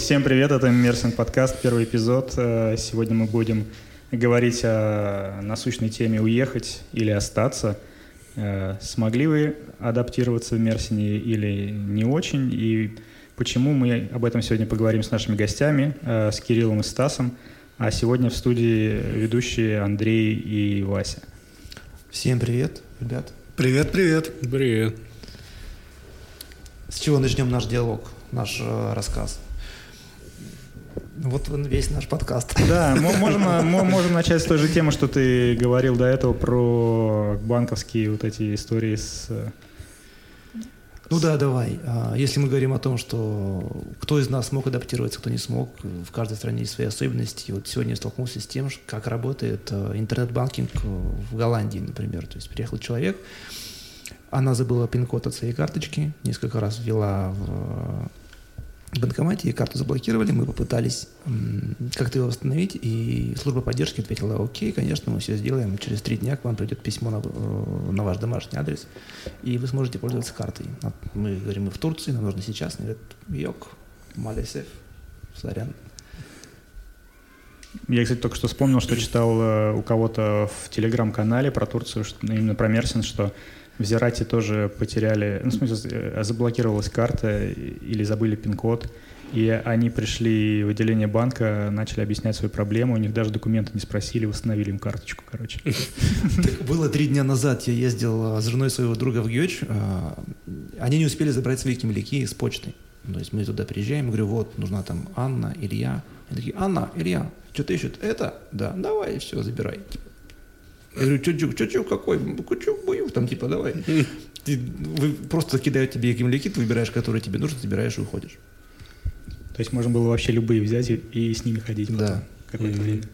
Всем привет, это Мерсинг подкаст, первый эпизод. Сегодня мы будем говорить о насущной теме «Уехать или остаться». Смогли вы адаптироваться в Мерсине или не очень? И почему мы об этом сегодня поговорим с нашими гостями, с Кириллом и Стасом. А сегодня в студии ведущие Андрей и Вася. Всем привет, ребят. Привет. Привет. С чего начнем наш диалог, наш рассказ? Вот весь наш подкаст. Да, можем начать с той же темы, что ты говорил до этого про банковские вот эти истории с... Ну да, давай. Если мы говорим о том, что кто из нас смог адаптироваться, кто не смог, в каждой стране есть свои особенности. И вот сегодня я столкнулся с тем, как работает интернет-банкинг в Голландии, например. То есть приехал человек, она забыла пин-код от своей карточки, несколько раз ввела в банкомате, и карту заблокировали, мы попытались как-то ее восстановить, и служба поддержки ответила: окей, конечно, мы все сделаем, через 3 дня к вам придет письмо на ваш домашний адрес, и вы сможете пользоваться картой. Мы говорим, мы в Турции, нам нужно сейчас. Они говорят: йок, малесев, сорян. Я, кстати, только что вспомнил, что читал у кого-то в телеграм-канале про Турцию, именно про Мерсин, что в Зирате тоже потеряли, в смысле, заблокировалась карта или забыли пин-код, и они пришли в отделение банка, начали объяснять свою проблему, у них даже документы не спросили, восстановили им карточку, короче. Было 3 дня назад, я ездил с женой своего друга в Гёч, они не успели забрать свои кемляки с почты. То есть мы туда приезжаем, говорю: вот, нужна там Анна, Илья. Они такие: Анна, Илья, что-то ищут? Это? Да, давай, все, забирай. Я говорю: чучук какой? Кучук боюк, там типа давай. Вы просто кидают тебе кемляки, ты выбираешь, которые тебе нужны, забираешь и уходишь. То есть можно было вообще любые взять и с ними ходить потом, да, какое-то время.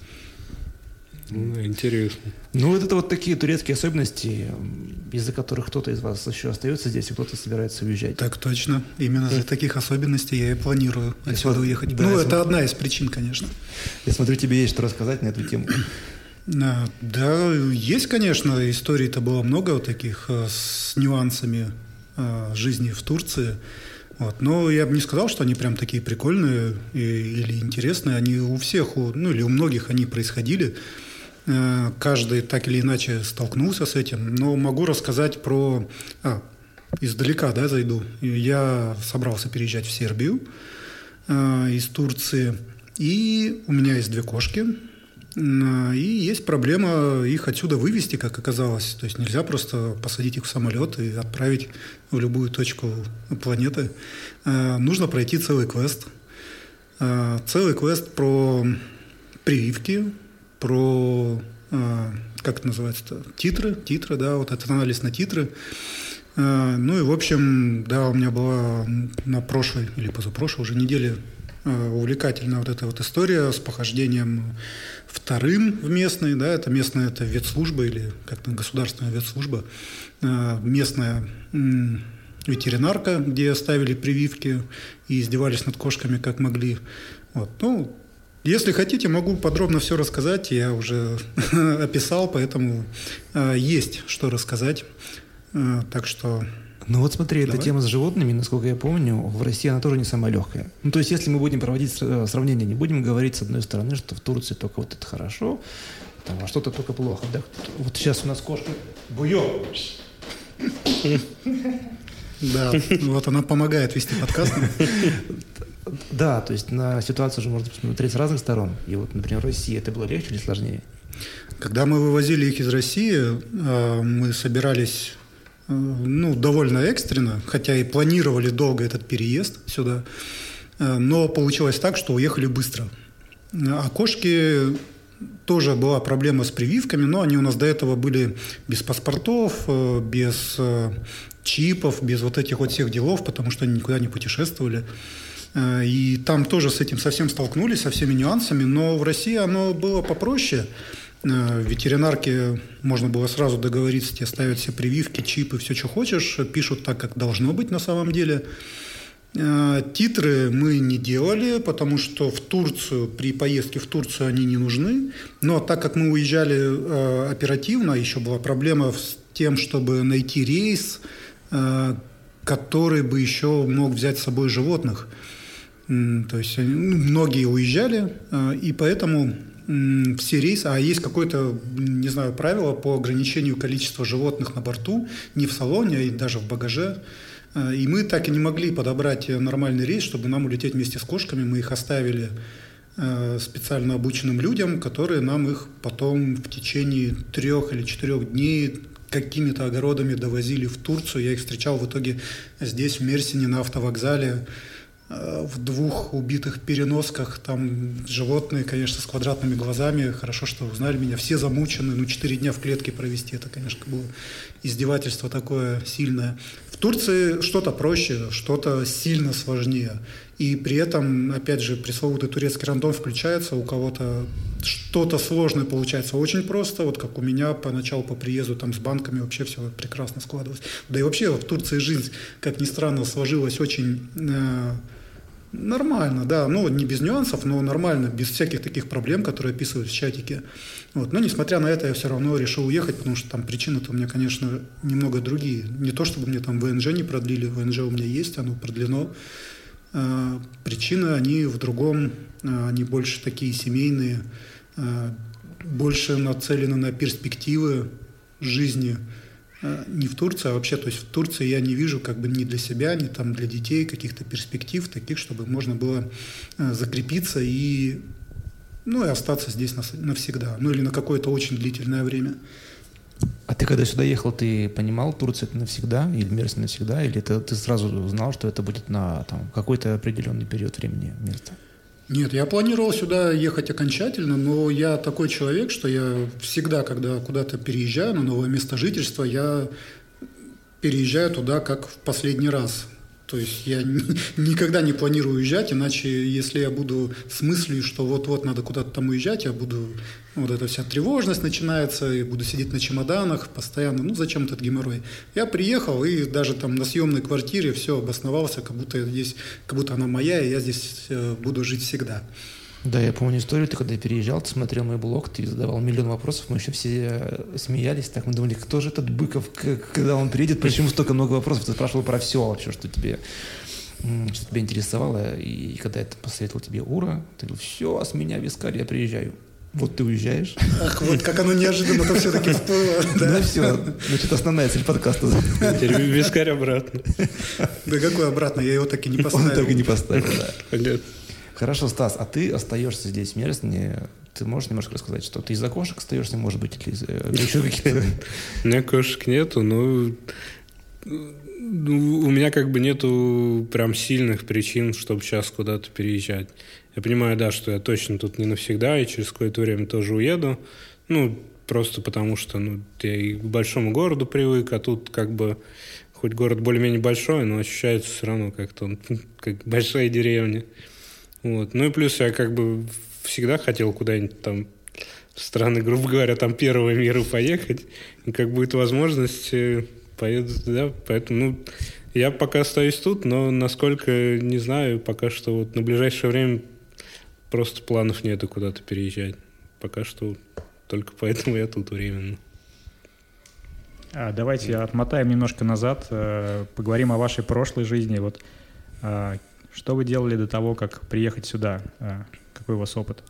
Интересно. Ну, вот это вот такие турецкие особенности, из-за которых кто-то из вас еще остается здесь, и кто-то собирается уезжать. Так точно. Именно из-за таких особенностей я и планирую отсюда уехать. Да, это одна из причин, конечно. Я смотрю, тебе есть что рассказать на эту тему. Да, есть, конечно, историй-то было много вот таких с нюансами жизни в Турции. Вот. Но я бы не сказал, что они прям такие прикольные или интересные. Они у всех, или у многих они происходили. Каждый так или иначе столкнулся с этим. Но могу рассказать про... издалека, да, зайду. Я собрался переезжать в Сербию из Турции. И у меня есть 2 кошки. И есть проблема их отсюда вывести, как оказалось. То есть нельзя просто посадить их в самолет и отправить в любую точку планеты. Нужно пройти целый квест. Целый квест про прививки, про, как это называется-то, титры, да, вот этот анализ на титры. Ну и, в общем, да, у меня была на прошлой или позапрошлой уже неделе увлекательная вот эта вот история с похождением вторым в местный, да, это местная, это ветслужба или как-то государственная ветслужба, местная ветеринарка, где ставили прививки и издевались над кошками как могли. Вот. Ну, если хотите, могу подробно все рассказать, я уже описал, поэтому есть что рассказать, так что... Ну вот смотри, Давай. эта тема с животными, насколько я помню, в России она тоже не самая легкая. Ну то есть если мы будем проводить сравнение, не будем говорить с одной стороны, что в Турции только вот это хорошо, там, а что-то только плохо. Да? Вот сейчас у нас кошка Буё. Да, вот она помогает вести подкаст. Да, то есть на ситуацию же можно посмотреть с разных сторон. И вот, например, в России это было легче или сложнее? Когда мы вывозили их из России, мы собирались... довольно экстренно, хотя и планировали долго этот переезд сюда, но получилось так, что уехали быстро. А кошки тоже была проблема с прививками, но они у нас до этого были без паспортов, без чипов, без вот этих вот всех делов, потому что они никуда не путешествовали. И там тоже с этим совсем столкнулись, со всеми нюансами, но в России оно было попроще. В ветеринарке можно было сразу договориться, тебе ставят все прививки, чипы, все, что хочешь, пишут так, как должно быть на самом деле. Титры мы не делали, потому что в Турцию, при поездке в Турцию они не нужны. Но так как мы уезжали оперативно, еще была проблема с тем, чтобы найти рейс, который бы еще мог взять с собой животных. То есть многие уезжали, и поэтому все рейсы, а есть какое-то, не знаю, правило по ограничению количества животных на борту, не в салоне, а даже в багаже. И мы так и не могли подобрать нормальный рейс, чтобы нам улететь вместе с кошками. Мы их оставили специально обученным людям, которые нам их потом в течение 3 или 4 дней какими-то огородами довозили в Турцию. Я их встречал в итоге здесь, в Мерсине, на автовокзале, в 2 убитых переносках. Там животные, конечно, с квадратными глазами. Хорошо, что узнали меня. Все замучены. 4 дня в клетке провести. Это, конечно, было издевательство такое сильное. В Турции что-то проще, что-то сильно сложнее. И при этом, опять же, пресловутый турецкий рандом включается. У кого-то что-то сложное получается очень просто. Вот как у меня поначалу по приезду там с банками вообще все прекрасно складывалось. Да и вообще в Турции жизнь, как ни странно, сложилась очень нормально, да, не без нюансов, но нормально, без всяких таких проблем, которые описывают в чатике. Вот. Но, несмотря на это, я все равно решил уехать, потому что там причины-то у меня, конечно, немного другие. Не то, чтобы мне там ВНЖ не продлили, ВНЖ у меня есть, оно продлено. Причины, они в другом, они больше такие семейные, больше нацелены на перспективы жизни. Не в Турции, а вообще, то есть в Турции я не вижу как бы ни для себя, ни там для детей каких-то перспектив таких, чтобы можно было закрепиться и остаться здесь навсегда, или на какое-то очень длительное время. А ты когда сюда ехал, ты понимал, Турция это навсегда, или Мерсин навсегда, или ты сразу знал, что это будет на какой-то определенный период времени место? Нет, я планировал сюда ехать окончательно, но я такой человек, что я всегда, когда куда-то переезжаю на новое место жительства, я переезжаю туда как в последний раз. То есть я никогда не планирую уезжать, иначе если я буду с мыслью, что вот-вот надо куда-то там уезжать, я буду, вот эта вся тревожность начинается, и буду сидеть на чемоданах постоянно, зачем этот геморрой? Я приехал и даже там на съемной квартире все обосновался, как будто она моя, и я здесь буду жить всегда. Да, я помню историю, ты когда переезжал, ты смотрел мой блог, ты задавал миллион вопросов, мы еще все смеялись, мы думали, кто же этот Быков, когда он приедет, почему столько много вопросов, ты спрашивал про все вообще, что тебя интересовало, и когда это посоветовал тебе Ура, ты говорил, все, с меня вискарь, я приезжаю. Вот ты уезжаешь. Ах, вот как оно неожиданно-то все-таки всплыло. Ну все, значит, основная цель подкаста. Теперь вискарь обратно. Да какой обратно, я его так и не поставил. Он так и не поставил, да. Понятно. Хорошо, Стас, а ты остаешься здесь, в Мерсине. Ты можешь немножко рассказать, что ты из-за кошек остаешься, может быть, или еще какие-то... У меня кошек нету, но у меня как бы нету прям сильных причин, чтобы сейчас куда-то переезжать. Я понимаю, да, что я точно тут не навсегда, и через какое-то время тоже уеду. Просто потому что я и к большому городу привык, а тут как бы хоть город более-менее большой, но ощущается все равно как-то он как большая деревня. Вот. И плюс я как бы всегда хотел куда-нибудь там в страны, грубо говоря, там первого мира поехать. И как будет возможность, поеду туда. Поэтому, я пока остаюсь тут, но насколько, не знаю, пока что вот на ближайшее время просто планов нету куда-то переезжать. Пока что только поэтому я тут временно. Давайте отмотаем немножко назад, поговорим о вашей прошлой жизни. Вот, что вы делали до того, как приехать сюда? Какой у вас опыт?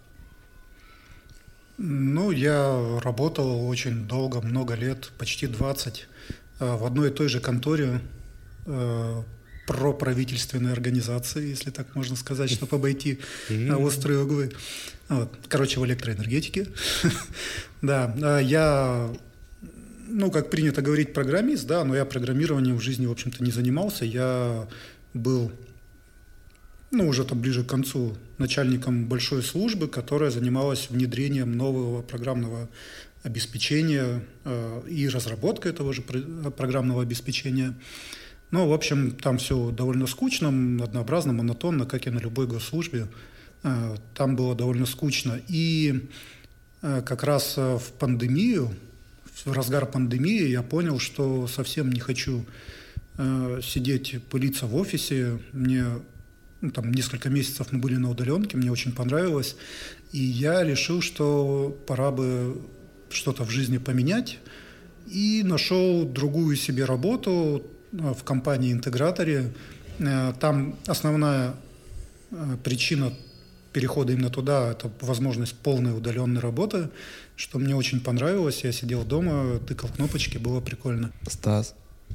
Я работал очень долго, много лет, почти 20, в одной и той же конторе проправительственной организации, если так можно сказать, чтобы обойти острые углы. В электроэнергетике. Да, я, как принято говорить, программист, да, но я программированием в жизни, в общем-то, не занимался. Я был, уже там ближе к концу, начальником большой службы, которая занималась внедрением нового программного обеспечения и разработкой этого же программного обеспечения. В общем, там все довольно скучно, однообразно, монотонно, как и на любой госслужбе. Там было довольно скучно. И как раз в пандемию, в разгар пандемии, я понял, что совсем не хочу сидеть, пылиться в офисе. Мне там несколько месяцев мы были на удаленке, мне очень понравилось. И я решил, что пора бы что-то в жизни поменять. И нашел другую себе работу в компании-интеграторе. Там основная Причина перехода именно туда – это возможность полной удаленной работы, что мне очень понравилось. Я сидел дома, тыкал кнопочки, было прикольно. Стас.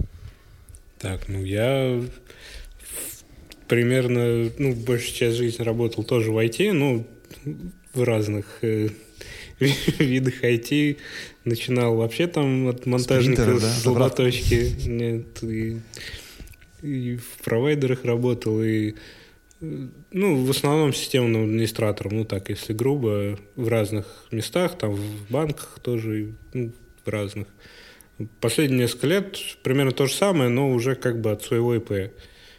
Так, я примерно, большую часть жизни работал тоже в IT, в разных видах IT. Начинал вообще там от монтажника с лопаточки. Нет, и в провайдерах работал, и в основном системным администратором, если грубо, в разных местах, там в банках тоже, в разных. Последние несколько лет примерно то же самое, но уже от своего ИП.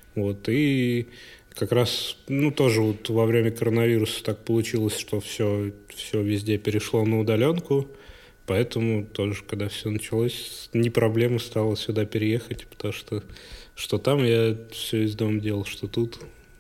И как раз, тоже во время коронавируса так получилось, что все везде перешло на удаленку, поэтому тоже, когда все началось, не проблема стало сюда переехать, потому что там я все из дома делал, что тут.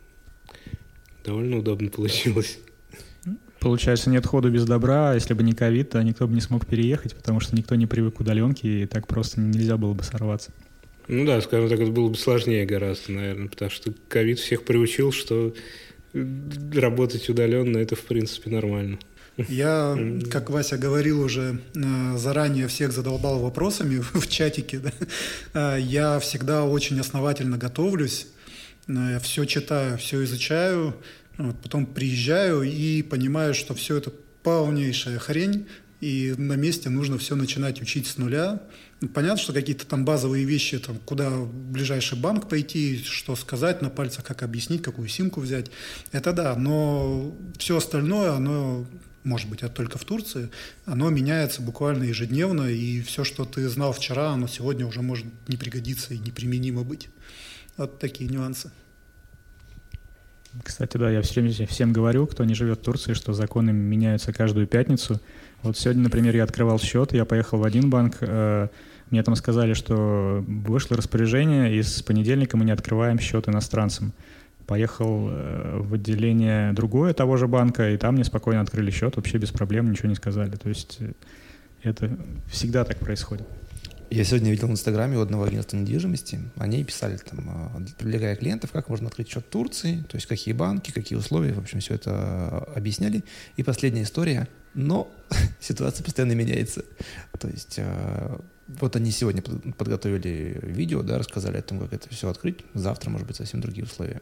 Довольно удобно получилось. Получается, нет ходу без добра. Если бы не ковид, то никто бы не смог переехать, потому что никто не привык к удаленке, и так просто нельзя было бы сорваться. Скажем так, это было бы сложнее гораздо, наверное, потому что ковид всех приучил, что работать удаленно – это, в принципе, нормально. Я, как Вася говорил уже, заранее всех задолбал вопросами в чатике. Да? Я всегда очень основательно готовлюсь, все читаю, все изучаю, потом приезжаю и понимаю, что все это полнейшая хрень, и на месте нужно все начинать учить с нуля. Понятно, что какие-то там базовые вещи, куда в ближайший банк пойти, что сказать на пальцах, как объяснить, какую симку взять, это да, но все остальное, оно, может быть, это только в Турции, оно меняется буквально ежедневно, и все, что ты знал вчера, оно сегодня уже может не пригодиться и неприменимо быть. Вот такие нюансы. Кстати, да, я все время всем говорю, кто не живет в Турции, что законы меняются каждую пятницу. Вот сегодня, например, я открывал счет, я поехал в один банк, мне там сказали, что вышло распоряжение, и с понедельника мы не открываем счет иностранцам. Поехал в отделение другое того же банка, и там мне спокойно открыли счет, вообще без проблем, ничего не сказали. То есть это всегда так происходит. Я сегодня видел в Инстаграме у одного агентства недвижимости, они писали там, привлекая клиентов, как можно открыть счет в Турции, то есть какие банки, какие условия, в общем, все это объясняли. И последняя история, но ситуация постоянно меняется. То есть вот они сегодня подготовили видео, да, рассказали о том, как это все открыть, завтра, может быть, совсем другие условия.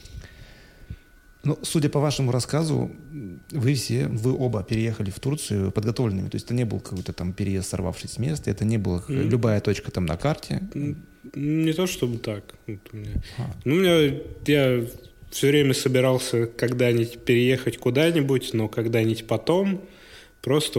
Но, судя по вашему рассказу, вы оба переехали в Турцию подготовленными. То есть это не был какой-то там переезд, сорвавшись с места, это не была любая точка там на карте. Не то чтобы так. Я все время собирался когда-нибудь переехать куда-нибудь, но когда-нибудь потом. Просто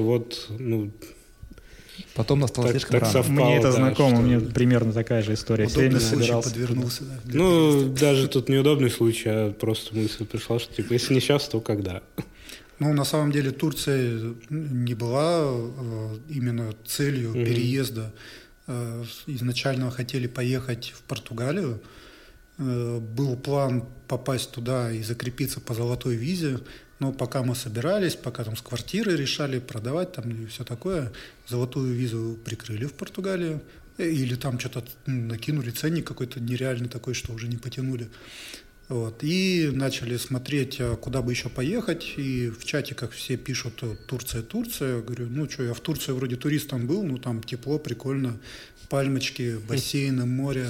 потом настало слишком рано. Совпало, мне это знакомо, что... у меня примерно такая же история. Удобный случай подвернулся. Да, даже тут неудобный случай, а просто мысль пришла, что если не сейчас, то когда? На самом деле Турция не была именно целью переезда. Изначально хотели поехать в Португалию. Был план попасть туда и закрепиться по золотой визе. Но пока мы собирались, пока там с квартиры решали продавать там и все такое, золотую визу прикрыли в Португалию. Или там что-то накинули ценник какой-то нереальный такой, что уже не потянули. И начали смотреть, куда бы еще поехать. И в чате, как все пишут, Турция, Турция. Я говорю, я в Турции вроде туристом был, там тепло, прикольно, пальмочки, бассейны, море.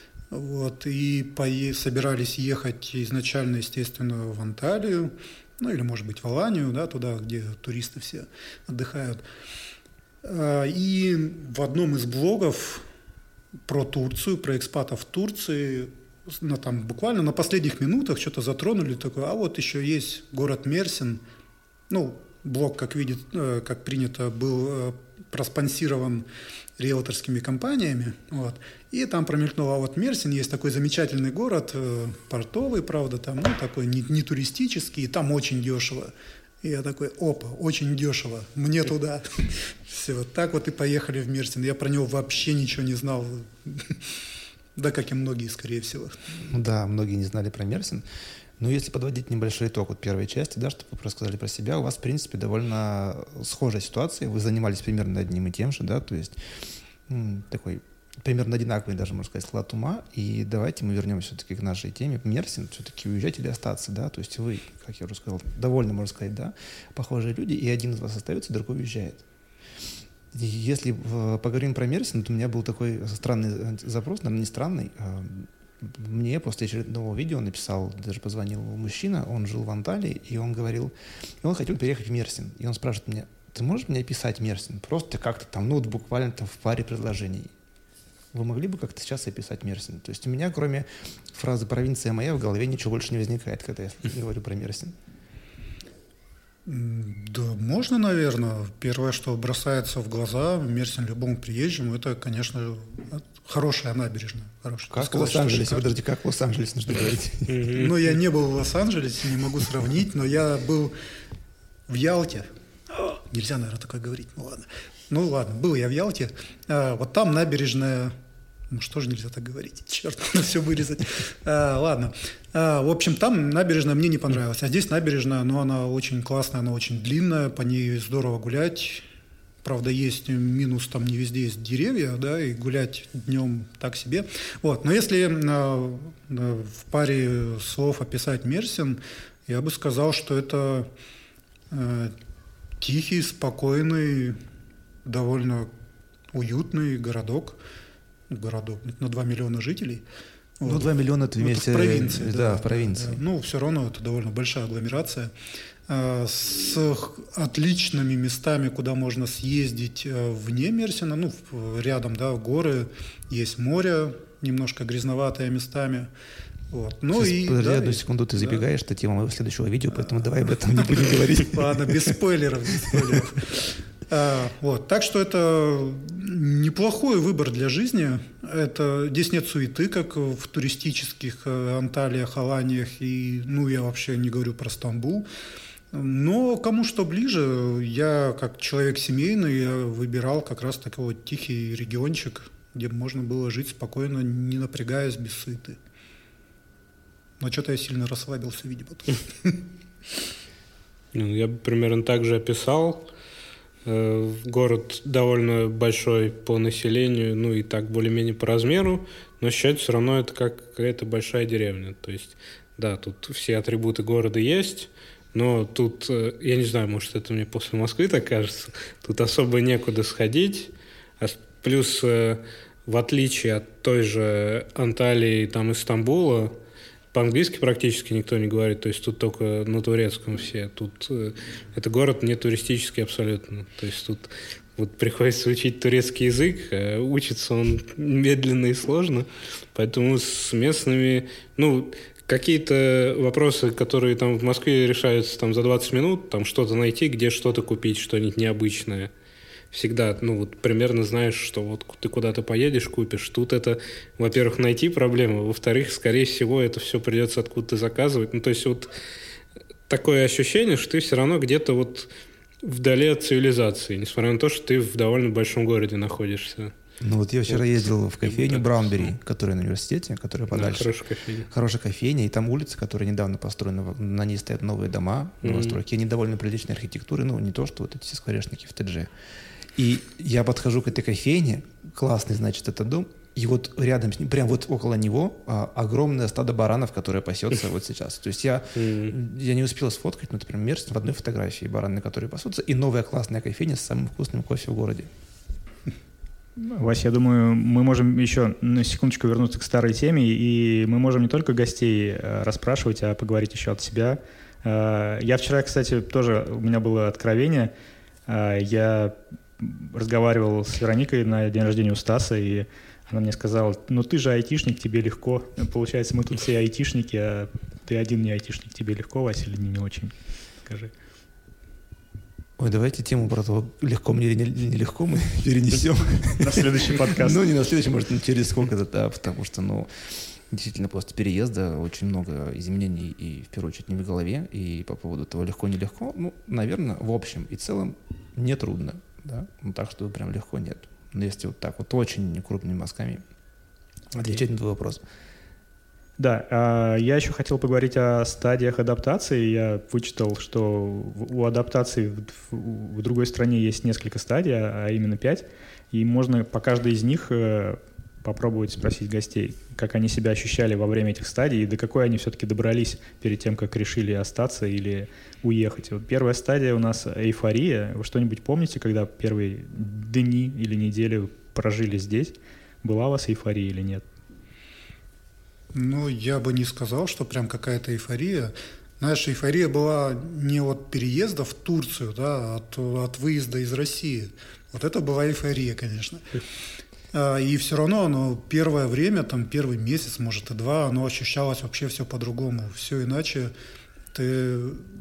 И собирались ехать изначально, естественно, в Анталию, или, может быть, в Аланию, да, туда, где туристы все отдыхают. И в одном из блогов про Турцию, про экспатов в Турции, буквально на последних минутах что-то затронули, такое, вот еще есть город Мерсин. Блог, как принято, был проспонсирован риэлторскими компаниями. И там промелькнуло, Мерсин есть такой замечательный город, портовый, правда, там, такой не туристический, и там очень дешево. И я такой, очень дешево, мне туда. Все, так и поехали в Мерсин. Я про него вообще ничего не знал. Да, как и многие, скорее всего. Да, многие не знали про Мерсин. Но если подводить небольшой итог первой части, да, что вы рассказали про себя, у вас, в принципе, довольно схожая ситуация. Вы занимались примерно одним и тем же, да, то есть такой примерно одинаковый даже, можно сказать, склад ума. И давайте мы вернемся все-таки к нашей теме. Мерсин, все-таки уезжать или остаться, да? То есть вы, как я уже сказал, довольно, можно сказать, да, похожие люди, и один из вас остается, другой уезжает. И если поговорим про Мерсин, то у меня был такой странный запрос, наверное, не странный. Мне после очередного видео написал, даже позвонил мужчина, он жил в Анталии, и он говорил, и он хотел переехать в Мерсин. И он спрашивает меня, ты можешь мне описать Мерсин? Просто как-то там, ну вот буквально там в паре предложений. Вы могли бы как-то сейчас описать Мерсин? То есть у меня, кроме фразы «провинция моя», в голове ничего больше не возникает, когда я говорю про Мерсин. Да, можно, наверное. Первое, что бросается в глаза Мерсин любому приезжему, это, конечно, хорошая набережная. Как в Лос-Анджелесе? Подожди, как в Лос-Анджелесе нужно говорить? Ну, я не был в Лос-Анджелесе, не могу сравнить, но я был в Ялте. Нельзя, наверное, такое говорить. Ну ладно, был я в Ялте. Вот там набережная... Ну, что же нельзя так говорить? Черт, надо все вырезать. Ладно. В общем, там набережная мне не понравилась. А здесь набережная, но она очень классная, она очень длинная, по ней здорово гулять. Правда, есть минус, там не везде есть деревья, да, и гулять днем так себе. Вот. Но если в паре слов описать Мерсин, я бы сказал, что это тихий, спокойный, довольно уютный городок на 2 миллиона жителей. Ну, вот. 2 миллиона это вместе... в провинции. Да, в провинции. Да. Ну, все равно это довольно большая агломерация. С отличными местами, куда можно съездить вне Мерсина. Ну, рядом, да, горы, есть море, немножко грязноватое местами. Вот. Ну, сейчас, подожди, одну секунду, ты забегаешь, это тема моего следующего видео, поэтому давай об этом не будем говорить. Ладно, без спойлеров. Вот. Так что это неплохой выбор для жизни. Здесь нет суеты, как в туристических Анталиях, Аланиях. И, ну, я вообще не говорю про Стамбул. Но кому что ближе, я как человек семейный я выбирал как раз такой вот тихий региончик, где можно было жить спокойно, не напрягаясь, без суеты. Но что-то я сильно расслабился, видимо. Я бы примерно так же описал. Город довольно большой по населению, ну и так более-менее по размеру, но ощущать все равно это как какая-то большая деревня. То есть, да, тут все атрибуты города есть, но тут, я не знаю, может, это мне после Москвы так кажется, тут особо некуда сходить. Плюс, в отличие от той же Анталии, там, и Стамбула, по-английски практически никто не говорит, то есть тут только на турецком все. Тут это город не туристический абсолютно. То есть тут вот приходится учить турецкий язык, а учится он медленно и сложно. Поэтому с местными, ну, какие-то вопросы, которые там в Москве решаются там за 20 минут, там что-то найти, где что-то купить, что-нибудь необычное. Всегда, ну, вот примерно знаешь, что вот ты куда-то поедешь, купишь. Тут это, во-первых, найти проблему, во-вторых, скорее всего, это все придется откуда-то заказывать. Ну, то есть вот такое ощущение, что ты все равно где-то вот вдали от цивилизации, несмотря на то, что ты в довольно большом городе находишься. Ну, вот я вчера ездил в кофейню Браунбери, которая на университете, которая подальше. Да, хорошая кофейня. Хорошая кофейня, и там улица, которая недавно построена, на ней стоят новые дома, новостройки, они довольно приличной архитектуры, ну, не то, что вот эти скворечники в ТДЖ. И я подхожу к этой кофейне, классный, значит, этот дом, и вот рядом с ним, прям вот около него огромное стадо баранов, которое пасется вот сейчас. То есть я не успел сфоткать, но это прям Мерсин в одной фотографии, бараны, которые пасутся, и новая классная кофейня с самым вкусным кофе в городе. Вась, я думаю, мы можем еще на секундочку вернуться к старой теме, и мы можем не только гостей расспрашивать, а поговорить еще от себя. Я вчера, кстати, тоже, у меня было откровение, я разговаривал с Вероникой на день рождения у Стаса, и она мне сказала, ну ты же айтишник, тебе легко. Получается, мы тут все айтишники, а ты один не айтишник, тебе легко, Вася, или не очень? Скажи. Ой, давайте тему про то, легко мне или нелегко мы перенесем. На следующий подкаст. Ну, не на следующий, может, через сколько-то, да, потому что, ну, действительно, после переезда очень много изменений, и в первую очередь не в голове, и по поводу того, легко-нелегко, ну, наверное, в общем и целом не трудно, да, ну, так что прям легко нет. Но если вот так вот очень крупными мазками отвечать на твой вопрос. Да, я еще хотел поговорить о стадиях адаптации. Я вычитал, что у адаптации в другой стране есть несколько стадий, а именно 5, и можно по каждой из них попробовать спросить гостей, как они себя ощущали во время этих стадий и до какой они все-таки добрались перед тем, как решили остаться или уехать. Вот первая стадия у нас эйфория. Вы что-нибудь помните, когда первые дни или недели прожили здесь? Была у вас эйфория или нет? Ну, я бы не сказал, что прям какая-то эйфория. Знаешь, эйфория была не от переезда в Турцию, да, а от выезда из России. Вот это была эйфория, конечно. И все равно оно первое время, там первый месяц, может и два, оно ощущалось вообще все по-другому. Все иначе ты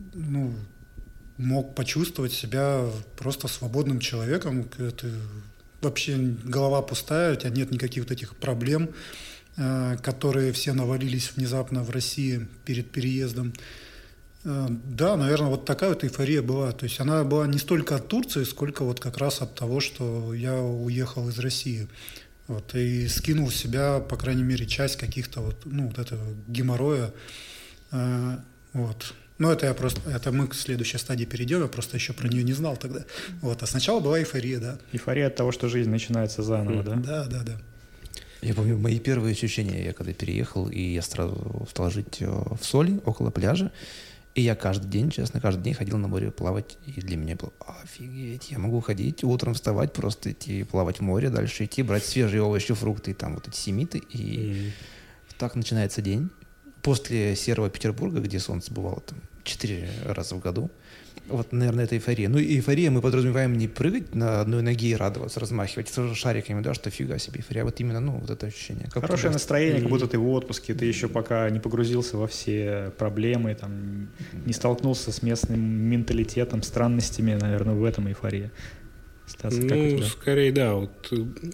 мог почувствовать себя просто свободным человеком. Ты вообще голова пустая, у тебя нет никаких вот этих проблем, которые все навалились внезапно в России перед переездом. Да, наверное, вот такая вот эйфория была. То есть она была не столько от Турции, сколько вот как раз от того, что я уехал из России. Вот, и скинул с себя, по крайней мере, часть каких-то вот этого геморроя. Вот. Но это мы к следующей стадии перейдем, я просто еще про нее не знал тогда. Вот. А сначала была эйфория, да. Эйфория от того, что жизнь начинается заново, да? Да. Я помню мои первые ощущения, я когда переехал, и я сразу стал жить в Соли, около пляжа, и я каждый день ходил на море плавать, и для меня было офигеть, я могу ходить, утром вставать, просто идти плавать в море, дальше идти, брать свежие овощи, фрукты, и там вот эти семиты, и так начинается день. После серого Петербурга, где солнце бывало там 4 раза в году, вот, наверное, это эйфория. Ну, эйфория мы подразумеваем не прыгать на одной ноге и радоваться, размахивать шариками, да, что фига себе эйфория. А вот именно, вот это ощущение. Хорошее настроение, как будто ты в отпуске, ты еще пока не погрузился во все проблемы, там, не столкнулся с местным менталитетом, странностями, наверное, в этом эйфория. Стас, как у тебя? Скорее, да, вот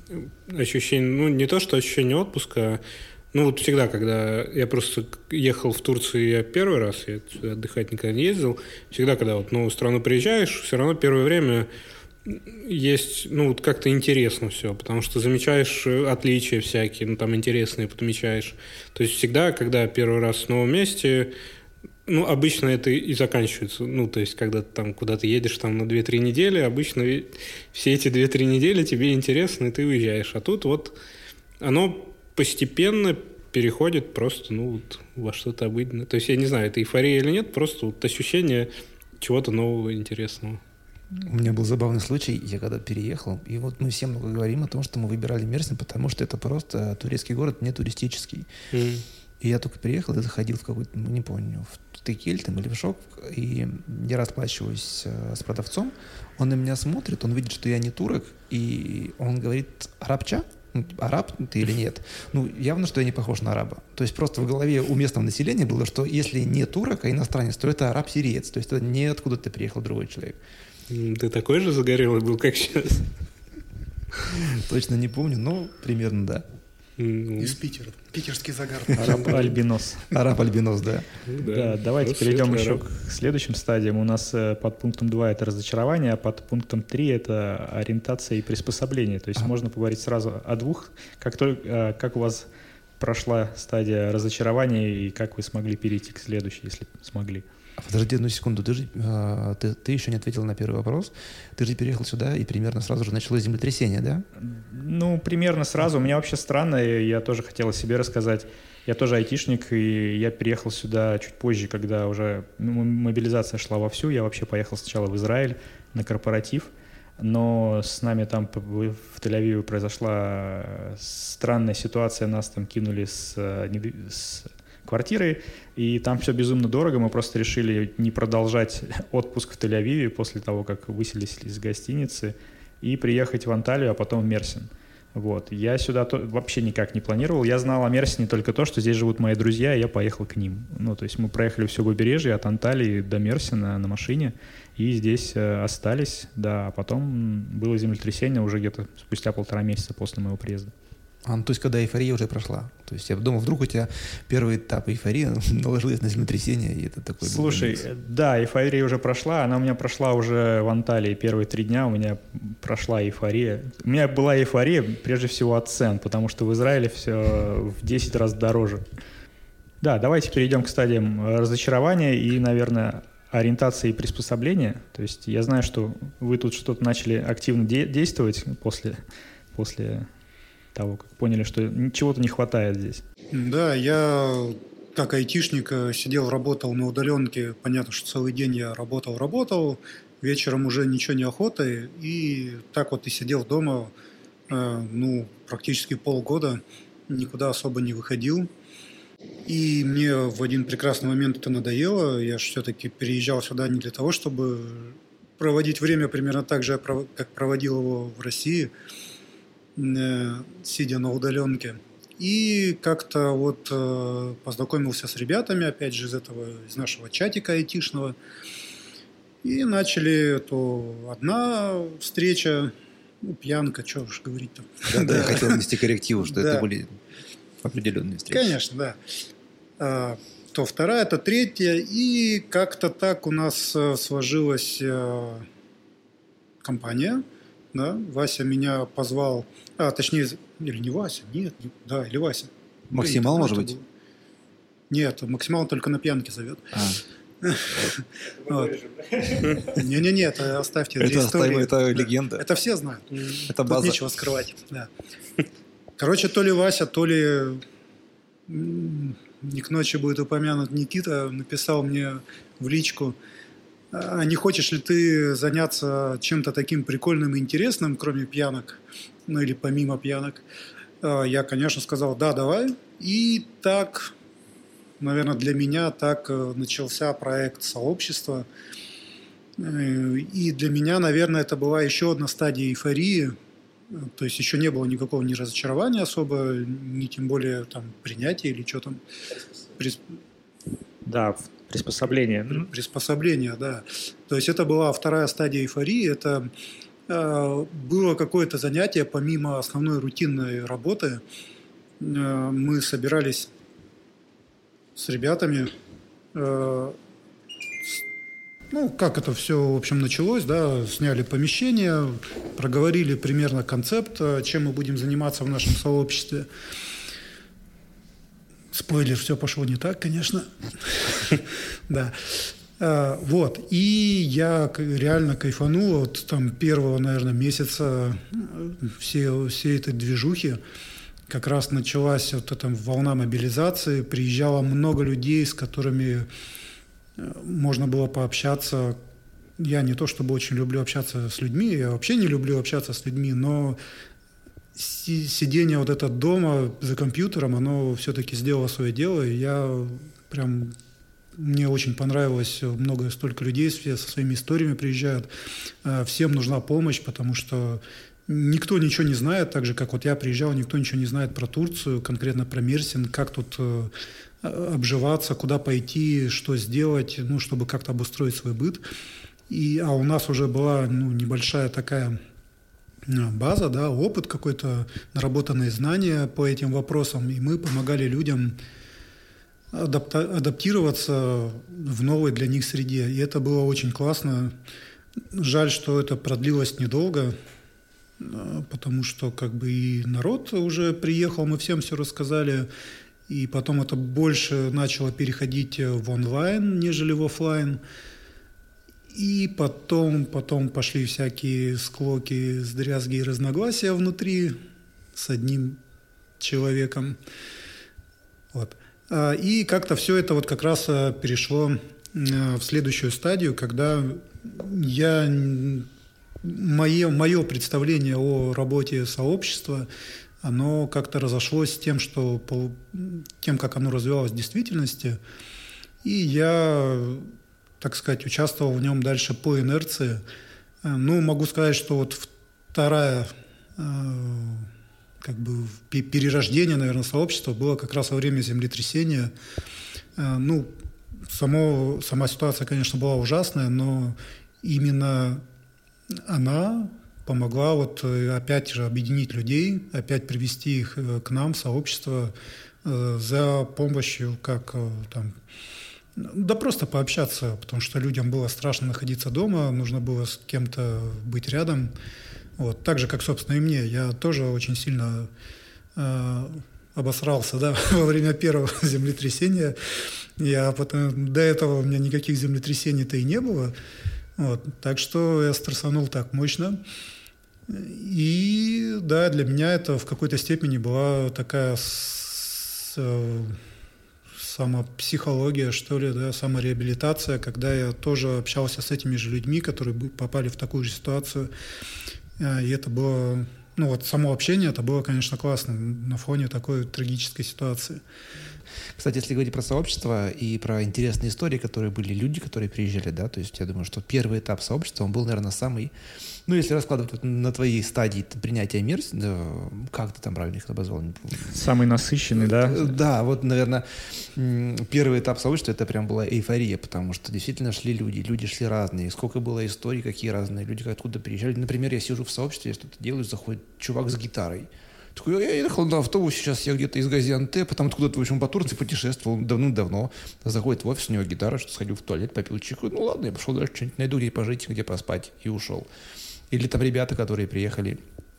ощущение, не то, что ощущение отпуска, вот всегда, когда я просто ехал в Турцию, я первый раз, я сюда отдыхать никогда не ездил, всегда, когда в новую страну приезжаешь, все равно первое время есть, как-то интересно все, потому что замечаешь отличия всякие, там интересные подмечаешь. То есть всегда, когда первый раз в новом месте, обычно это и заканчивается. То есть, когда ты там куда-то едешь там на 2-3 недели, обычно все эти 2-3 недели тебе интересно, и ты уезжаешь. А тут вот оно постепенно переходит просто, во что-то обыденное. То есть, я не знаю, это эйфория или нет, просто вот ощущение чего-то нового, интересного. У меня был забавный случай, я когда переехал, и вот мы все много говорим о том, что мы выбирали Мерсин, потому что это просто турецкий город, не туристический. И я только приехал и заходил в какой-то, не помню, в Текель там или в Шок, и я расплачиваюсь с продавцом, он на меня смотрит, он видит, что я не турок, и он говорит: «Арабча?» Араб ты или нет? Явно, что я не похож на араба. То есть просто в голове у местного населения было, что если не турок, а иностранец, то это араб-сириец. То есть это не откуда ты приехал другой человек. Ты такой же загорелый был, как сейчас? Точно не помню, но примерно да. Из Питера. Питерский загар. Араб-альбинос. Араб-альбинос, да. Да, давайте перейдем еще к следующим стадиям. У нас под пунктом 2 это разочарование, а под пунктом 3 это ориентация и приспособление. То есть можно поговорить сразу о двух. Как у вас прошла стадия разочарования и как вы смогли перейти к следующей, если смогли? Подожди одну секунду, ты еще не ответил на первый вопрос. Ты же переехал сюда, и примерно сразу же началось землетрясение, да? Примерно сразу. У меня вообще странно, я тоже хотел о себе рассказать. Я тоже айтишник, и я переехал сюда чуть позже, когда уже мобилизация шла вовсю. Я вообще поехал сначала в Израиль на корпоратив, но с нами там в Тель-Авиве произошла странная ситуация. Нас там кинули с квартиры, и там все безумно дорого. Мы просто решили не продолжать отпуск в Тель-Авиве после того, как выселились из гостиницы, и приехать в Анталию, а потом в Мерсин. Вот. Я сюда вообще никак не планировал. Я знал о Мерсине только то, что здесь живут мои друзья, и я поехал к ним. То есть мы проехали все побережье от Анталии до Мерсина на машине, и здесь остались. Да, а потом было землетрясение уже где-то спустя 1,5 месяца после моего приезда. То есть, когда эйфория уже прошла. То есть, я думал, вдруг у тебя первый этап эйфории наложилась на землетрясение, и это такой... Слушай, да, эйфория уже прошла, она у меня прошла уже в Анталии первые 3 дня, у меня прошла эйфория. У меня была эйфория, прежде всего, от цен, потому что в Израиле все в 10 раз дороже. Да, давайте перейдем к стадиям разочарования и, наверное, ориентации и приспособления. То есть, я знаю, что вы тут что-то начали активно действовать после того, как поняли, что чего-то не хватает здесь? Да, я как айтишник сидел, работал на удаленке. Понятно, что целый день я работал. Вечером уже ничего не охота. И так вот и сидел дома, практически полгода. Никуда особо не выходил. И мне в один прекрасный момент это надоело. Я же все-таки переезжал сюда не для того, чтобы проводить время примерно так же, как проводил его в России, сидя на удаленке. И как-то вот познакомился с ребятами, опять же, из нашего чатика айтишного. И начали одна встреча, пьянка, что уж говорить-то. Да, я хотел внести коррективу, что это были определенные встречи. Конечно, да. То вторая, то третья. И как-то так у нас сложилась компания. Да? Вася меня позвал, точнее, или не Вася, нет, да, или Вася. Максимал, может быть? Нет, Максимал только на пьянке зовет. Не-не-не, это оставьте для истории. Это легенда. Это все знают. Это база. Тут нечего скрывать. Короче, то ли Вася, то ли не к ночи будет упомянут Никита, написал мне в личку: а не хочешь ли ты заняться чем-то таким прикольным и интересным, кроме пьянок, или помимо пьянок? Я, конечно, сказал: да, давай. И так, наверное, для меня так начался проект сообщества. И для меня, наверное, это была еще одна стадия эйфории. То есть еще не было никакого ни разочарования особо, ни тем более там принятия или что там. Да, приспособление. Приспособление, да. То есть это была вторая стадия эйфории. Это было какое-то занятие помимо основной рутинной работы. Мы собирались с ребятами. Как это все, в общем, началось, да, сняли помещение, проговорили примерно концепт, чем мы будем заниматься в нашем сообществе. Спойлер, все пошло не так, конечно. Да. Вот. И я реально кайфанул от там первого, наверное, месяца всей этой движухи. Как раз началась вот эта волна мобилизации, приезжало много людей, с которыми можно было пообщаться. Я не то чтобы очень люблю общаться с людьми, я вообще не люблю общаться с людьми, но сидение вот это дома за компьютером, оно все-таки сделало свое дело, и мне очень понравилось, столько людей, все со своими историями приезжают, всем нужна помощь, потому что никто ничего не знает, так же, как вот я приезжал, никто ничего не знает про Турцию, конкретно про Мерсин, как тут обживаться, куда пойти, что сделать, чтобы как-то обустроить свой быт. А у нас уже была небольшая такая база, да, опыт какой-то, наработанные знания по этим вопросам, и мы помогали людям адаптироваться в новой для них среде. И это было очень классно. Жаль, что это продлилось недолго, потому что и народ уже приехал, мы всем все рассказали, и потом это больше начало переходить в онлайн, нежели в офлайн. И потом пошли всякие склоки, дрязги и разногласия внутри с одним человеком. Вот. И как-то все это вот как раз перешло в следующую стадию, когда мое представление о работе сообщества, оно как-то разошлось с тем, как оно развивалось в действительности. И я, так сказать, участвовал в нем дальше по инерции. Могу сказать, что вот вторая перерождение, наверное, сообщества было как раз во время землетрясения. Сама ситуация, конечно, была ужасная, но именно она помогла опять же объединить людей, опять привести их к нам в сообщество за помощью, просто пообщаться, потому что людям было страшно находиться дома, нужно было с кем-то быть рядом. Вот. Так же, как, собственно, и мне. Я тоже очень сильно обосрался, да, во время первого землетрясения. До этого у меня никаких землетрясений-то и не было. Вот. Так что я стрессанул так мощно. И да, для меня это в какой-то степени была такая самопсихология, что ли, да, самореабилитация, когда я тоже общался с этими же людьми, которые попали в такую же ситуацию. И это было, ну вот само общение, это было, конечно, классно на фоне такой трагической ситуации. Кстати, если говорить про сообщество и про интересные истории, которые были, люди, которые приезжали, да, то есть я думаю, что первый этап сообщества, он был, наверное, самый, ну, если раскладывать вот на твоей стадии принятия мира, да, как ты там правильно их обозвал? Самый насыщенный, да? Да, вот, наверное, первый этап сообщества, это прям была эйфория, потому что действительно шли люди шли разные, сколько было историй, какие разные люди откуда приезжали. Например, я сижу в сообществе, я что-то делаю, заходит чувак с гитарой. Такой, я ехал на автобусе, сейчас я где-то из Газиантепа, там откуда-то, в общем, по Турции путешествовал давно. Заходит в офис, у него гитара, что сходил в туалет, попил чайку. Ну ладно, я пошел дальше, что-нибудь найду, где пожить, где поспать, и ушел. Или там ребята, которые приехали,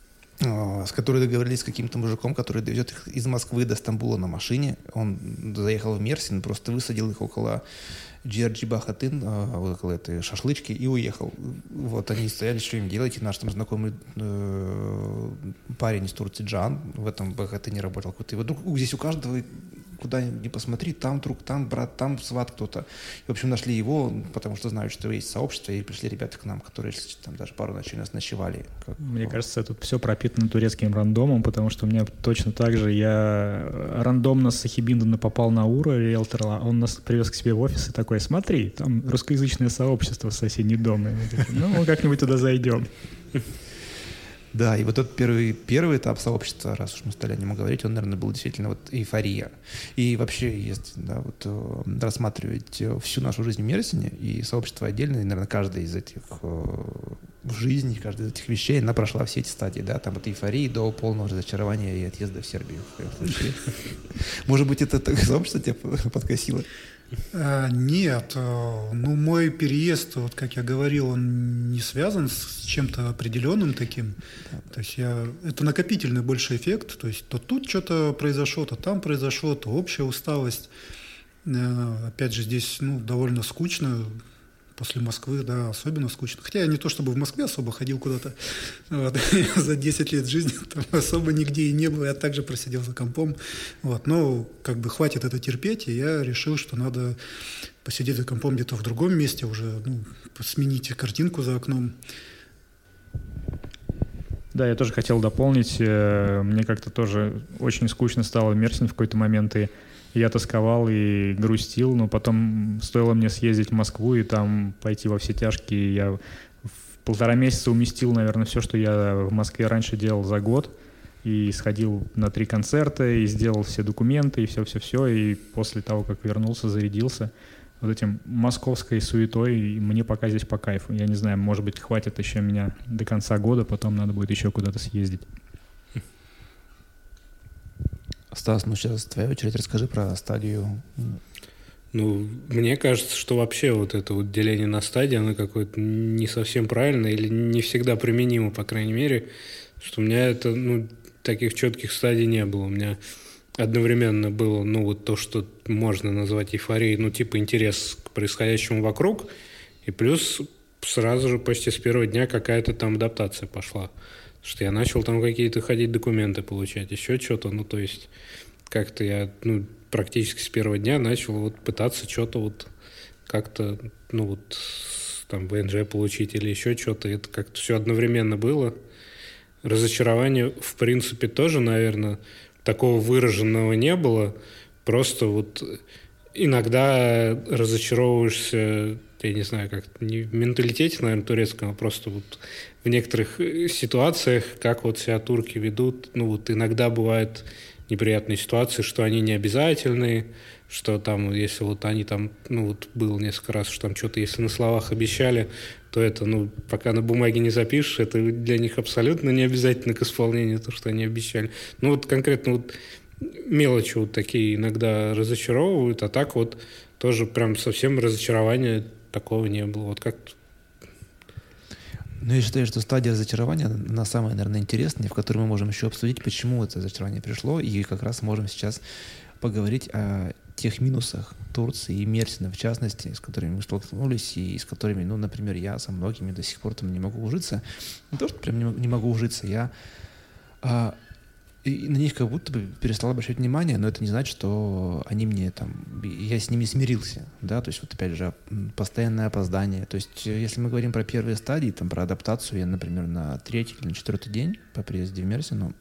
с которыми договорились с каким-то мужиком, который довезет их из Москвы до Стамбула на машине. Он заехал в Мерсин, просто высадил их около Джерджи Бахатын, около этой шашлычки, и уехал. Вот они стояли, что им делать. И наш там знакомый парень из Турции, Джан, в этом Бахатыне работал. И вот здесь у каждого, куда ни посмотри, там друг, там брат, там сват кто-то. И, в общем, нашли его, потому что знают, что есть сообщество, и пришли ребята к нам, которые там даже пару ночей нас ночевали. Мне кажется, тут все пропитано турецким рандомом, потому что у меня точно так же, я рандомно с Сахибиндана попал на Ура, риэлтора, он нас привез к себе в офис и такой, смотри, там русскоязычное сообщество в соседний дом. Ну, мы как-нибудь туда зайдем. Да, и вот этот первый этап сообщества, раз уж мы стали о нем говорить, он, наверное, был действительно вот эйфория. И вообще, если да, вот, рассматривать всю нашу жизнь в Мерсине и сообщество отдельно, и, наверное, каждая из этих жизней, каждая из этих вещей, она прошла все эти стадии, да, там от эйфории до полного разочарования и отъезда в Сербию. Может быть, это сообщество тебя подкосило? Нет, ну мой переезд, вот как я говорил, он не связан с чем-то определенным таким. То есть это накопительный больше эффект. То есть то тут что-то произошло, то там произошло, то общая усталость. Опять же, здесь довольно скучно. После Москвы, да, особенно скучно. Хотя я не то чтобы в Москве особо ходил куда-то. Вот. За 10 лет жизни там особо нигде и не было. Я также просидел за компом. Вот. Но как бы хватит это терпеть, и я решил, что надо посидеть за компом где-то в другом месте уже, сменить картинку за окном. Да, я тоже хотел дополнить. Мне как-то тоже очень скучно стало в Мерсине в какой-то момент, и я тосковал и грустил, но потом стоило мне съездить в Москву и там пойти во все тяжкие. Я в 1,5 месяца уместил, наверное, все, что я в Москве раньше делал за год. И сходил на 3 концерта, и сделал все документы, и все-все-все. И после того, как вернулся, зарядился вот этим московской суетой. И мне пока здесь по кайфу. Я не знаю, может быть, хватит еще меня до конца года, потом надо будет еще куда-то съездить. Стас, сейчас твоя очередь, расскажи про стадию. Мне кажется, что вообще вот это вот деление на стадии, оно какое-то не совсем правильное или не всегда применимо, по крайней мере, что у меня это, таких четких стадий не было. У меня одновременно было, вот то, что можно назвать эйфорией, типа интерес к происходящему вокруг, и плюс сразу же почти с первого дня какая-то там адаптация пошла. Что я начал там какие-то ходить документы получать, еще что-то, то есть как-то я, практически с первого дня начал пытаться что-то как-то, там ВНЖ получить или еще что-то. Это как-то все одновременно было. Разочарования, в принципе, тоже, наверное, такого выраженного не было. Просто иногда разочаровываешься, я не знаю, как не в менталитете, наверное, турецком, а просто в некоторых ситуациях, как себя турки ведут. Иногда бывают неприятные ситуации, что они не обязательные, что там, если они там, было несколько раз, что там что-то, если на словах обещали, то это, пока на бумаге не запишешь, это для них абсолютно не обязательно к исполнению, то, что они обещали. Конкретно мелочи такие иногда разочаровывают, а так тоже прям совсем разочарования такого не было. Как-то. Я считаю, что стадия разочарования, она самая, наверное, интересная, в которой мы можем еще обсудить, почему это разочарование пришло, и как раз можем сейчас поговорить о тех минусах Турции и Мерсина, в частности, с которыми мы столкнулись, и с которыми, ну, например, я со многими до сих пор там не могу ужиться. Не то, что прям не могу ужиться, я и на них как будто бы перестал обращать внимание, но это не значит, что они мне там, я с ними смирился, да, то есть вот опять же постоянное опоздание, то есть если мы говорим про первые стадии, там про адаптацию, я, например, на 3-й или на 4-й день по приезде в Мерсину,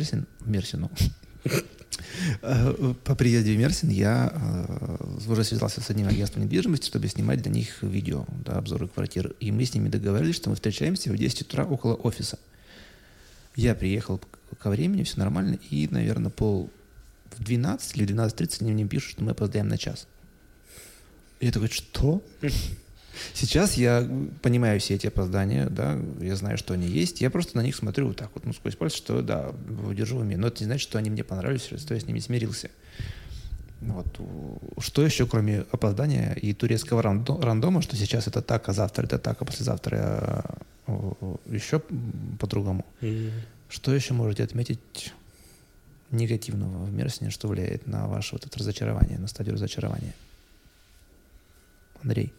по приезде в Мерсин я уже связался с одним агентством недвижимости, чтобы снимать для них видео, да, обзоры квартир, и мы с ними договорились, что мы встречаемся в 10 утра около офиса. Я приехал ко времени, все нормально, и, наверное, в 12 или 12:30 они мне пишут, что мы опоздаем на час. И я такой, что? Сейчас я понимаю все эти опоздания, да, я знаю, что они есть, я просто на них смотрю вот так вот, ну, сквозь пальцы, что, да, держу в уме, но это не значит, что они мне понравились, что я с ними смирился. Вот. Что еще, кроме опоздания и турецкого рандома, что сейчас это так, а завтра это так, а послезавтра еще по-другому. Что еще можете отметить негативного в Мерсине, что влияет на ваше вот это разочарование, на стадию разочарования? Андрей?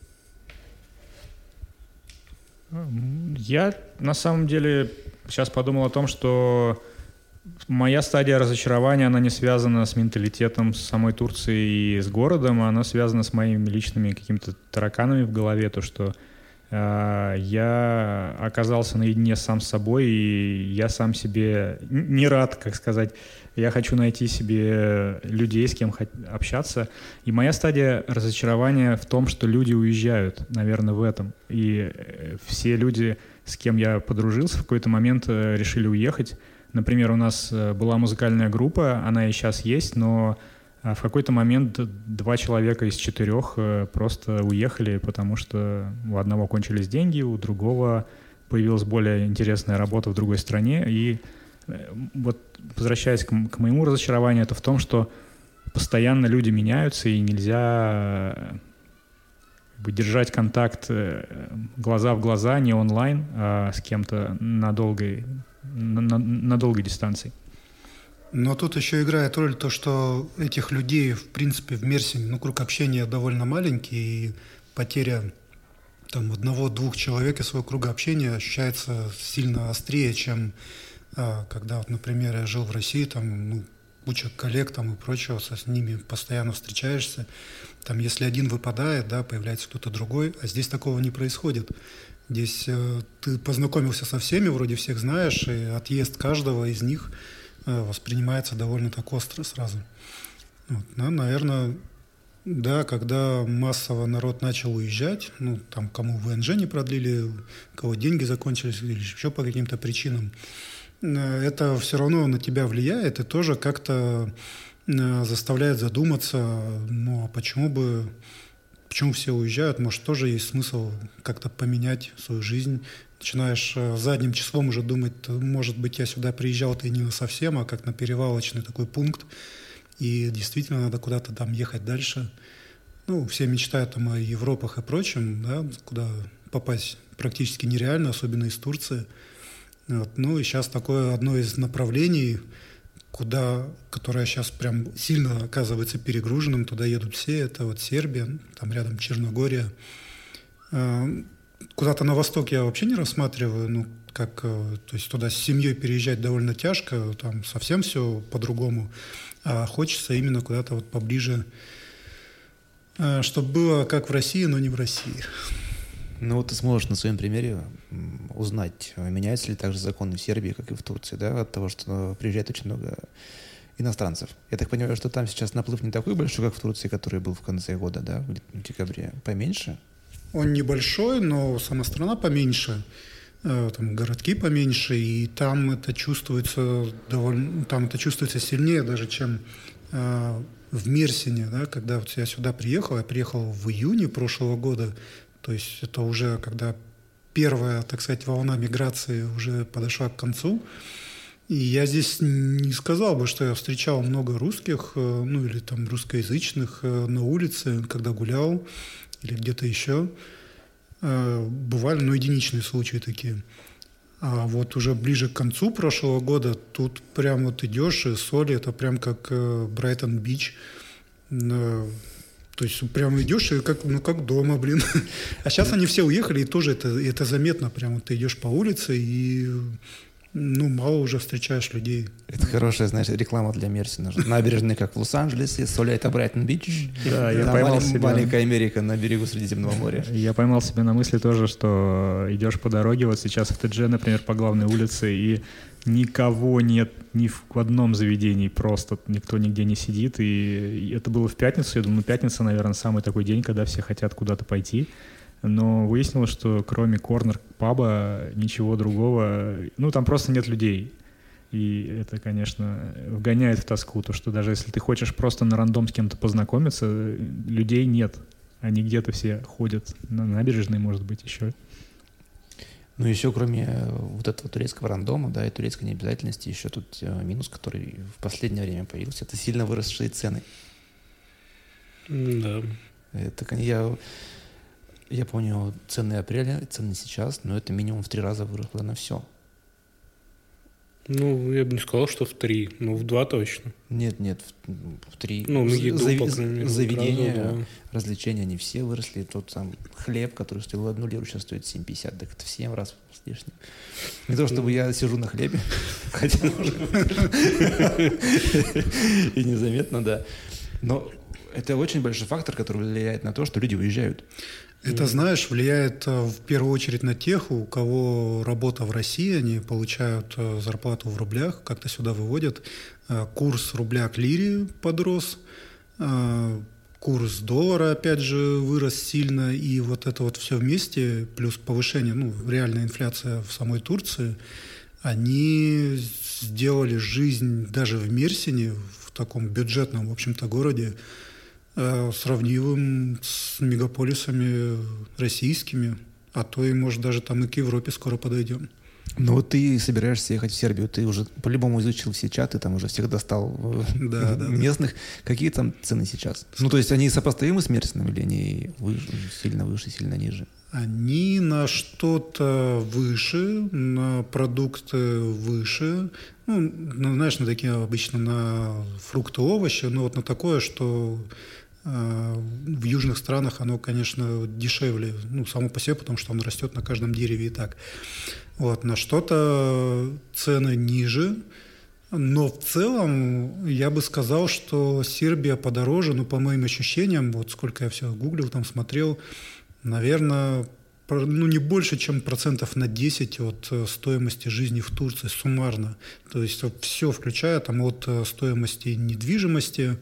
Я на самом деле сейчас подумал о том, что моя стадия разочарования, она не связана с менталитетом самой Турции и с городом, она связана с моими личными какими-то тараканами в голове, то, что я оказался наедине сам с собой, и я сам себе не рад, как сказать. Я хочу найти себе людей, с кем общаться. И моя стадия разочарования в том, что люди уезжают, наверное, в этом. И все люди, с кем я подружился, в какой-то момент решили уехать. Например, у нас была музыкальная группа, она и сейчас есть, но в какой-то момент 2 человека из 4 просто уехали, потому что у одного кончились деньги, у другого появилась более интересная работа в другой стране. И вот, возвращаясь к моему разочарованию, это в том, что постоянно люди меняются, и нельзя держать контакт глаза в глаза, не онлайн, а с кем-то на долгой дистанции. Но тут еще играет роль то, что этих людей, в принципе, в Мерсине, круг общения довольно маленький, и потеря там 1-2 человек из своего круга общения ощущается сильно острее, чем когда, вот, например, я жил в России, там, куча коллег там и прочего, с ними постоянно встречаешься. Там, если один выпадает, да, появляется кто-то другой, а здесь такого не происходит. Здесь ты познакомился со всеми, вроде всех знаешь, и отъезд каждого из них воспринимается довольно так остро сразу. Вот. Ну, наверное, да, когда массово народ начал уезжать, там кому ВНЖ не продлили, у кого деньги закончились или еще по каким-то причинам, это все равно на тебя влияет и тоже как-то заставляет задуматься, а почему все уезжают, может, тоже есть смысл как-то поменять свою жизнь. Начинаешь задним числом уже думать, может быть, я сюда приезжал-то и не совсем, а как на перевалочный такой пункт, и действительно надо куда-то там ехать дальше. Все мечтают там о Европах и прочем, да, куда попасть практически нереально, особенно из Турции. Вот. И сейчас такое одно из направлений, которое сейчас прям сильно оказывается перегруженным, туда едут все, это вот Сербия, там рядом Черногория. Куда-то на восток я вообще не рассматриваю, то есть туда с семьей переезжать довольно тяжко, там совсем все по-другому, а хочется именно куда-то вот поближе, чтобы было как в России, но не в России. Ты сможешь на своем примере узнать, меняются ли также законы в Сербии, как и в Турции, да, от того, что приезжает очень много иностранцев. Я так понимаю, что там сейчас наплыв не такой большой, как в Турции, который был в конце года, да, в декабре, поменьше? Он небольшой, но сама страна поменьше, там городки поменьше, и там это чувствуется сильнее даже, чем в Мерсине, да, когда вот я сюда приехал, в июне прошлого года, то есть это уже когда первая, так сказать, волна миграции уже подошла к концу, и я здесь не сказал бы, что я встречал много русских, или там русскоязычных на улице, когда гулял, или где-то еще. Бывали, единичные случаи такие. А вот уже ближе к концу прошлого года тут прям вот идешь, и Соли, это прям как Брайтон-Бич. То есть прям идешь и как дома, блин. А сейчас они все уехали, и тоже это заметно. Прям ты идешь по улице, и мало уже встречаешь людей. Это хорошая, знаешь, реклама для Мерси. Набережные, как в Лос-Анджелесе, Соль это Брайтон-Бич. Да, я поймал себя... Маленькая Америка на берегу Средиземного моря. Я поймал себя на мысли тоже, что идешь по дороге, вот сейчас в ТДЖ, например, по главной улице, и никого нет ни в одном заведении, просто никто нигде не сидит. И это было в пятницу, я думаю, пятница, наверное, самый такой день, когда все хотят куда-то пойти. Но выяснилось, что кроме корнер-паба ничего другого, там просто нет людей. И это, конечно, вгоняет в тоску, то, что даже если ты хочешь просто на рандом с кем-то познакомиться, людей нет. Они где-то все ходят на набережной, может быть, еще. Еще кроме вот этого турецкого рандома, да, и турецкой необязательности, еще тут минус, который в последнее время появился, это сильно выросшие цены. Да. Это я помню цены апреля, цены сейчас, но это минимум в 3 раза выросло на все. Я бы не сказал, что в 3, в 2 точно. Нет, в 3. На еду, по крайней мере, заведения, сразу, да. развлечения, они все выросли. Тот сам хлеб, который стоил 1 лиру, сейчас стоит 7,50. Так это в 7 раз с лишним. Не то, чтобы я сижу на хлебе, хотя и незаметно, да. Но это очень большой фактор, который влияет на то, что люди уезжают. Это, знаешь, влияет в первую очередь на тех, у кого работа в России, они получают зарплату в рублях, как-то сюда выводят. Курс рубля к лире подрос, курс доллара, опять же, вырос сильно, и вот это вот все вместе, плюс повышение, реальная инфляция в самой Турции, они сделали жизнь даже в Мерсине, в таком бюджетном, в общем-то, городе, сравнимым с мегаполисами российскими, а то и, может, даже там и к Европе скоро подойдем. Ну, вот ты собираешься ехать в Сербию, ты уже по-любому изучил все чаты, там уже всех достал местных. Да. Какие там цены сейчас? То есть они сопоставимы с Мерсином или они сильно выше, сильно ниже? Они на что-то выше, на продукты выше. Знаешь, на такие обычно на фрукты, овощи, но вот на такое, что в южных странах оно, конечно, дешевле, само по себе, потому что оно растет на каждом дереве и так. Вот, на что-то цены ниже, но в целом я бы сказал, что Сербия подороже, по моим ощущениям, вот сколько я все гуглил, там смотрел, наверное, не больше, чем процентов на 10 от стоимости жизни в Турции суммарно. То есть все включая там от стоимости недвижимости,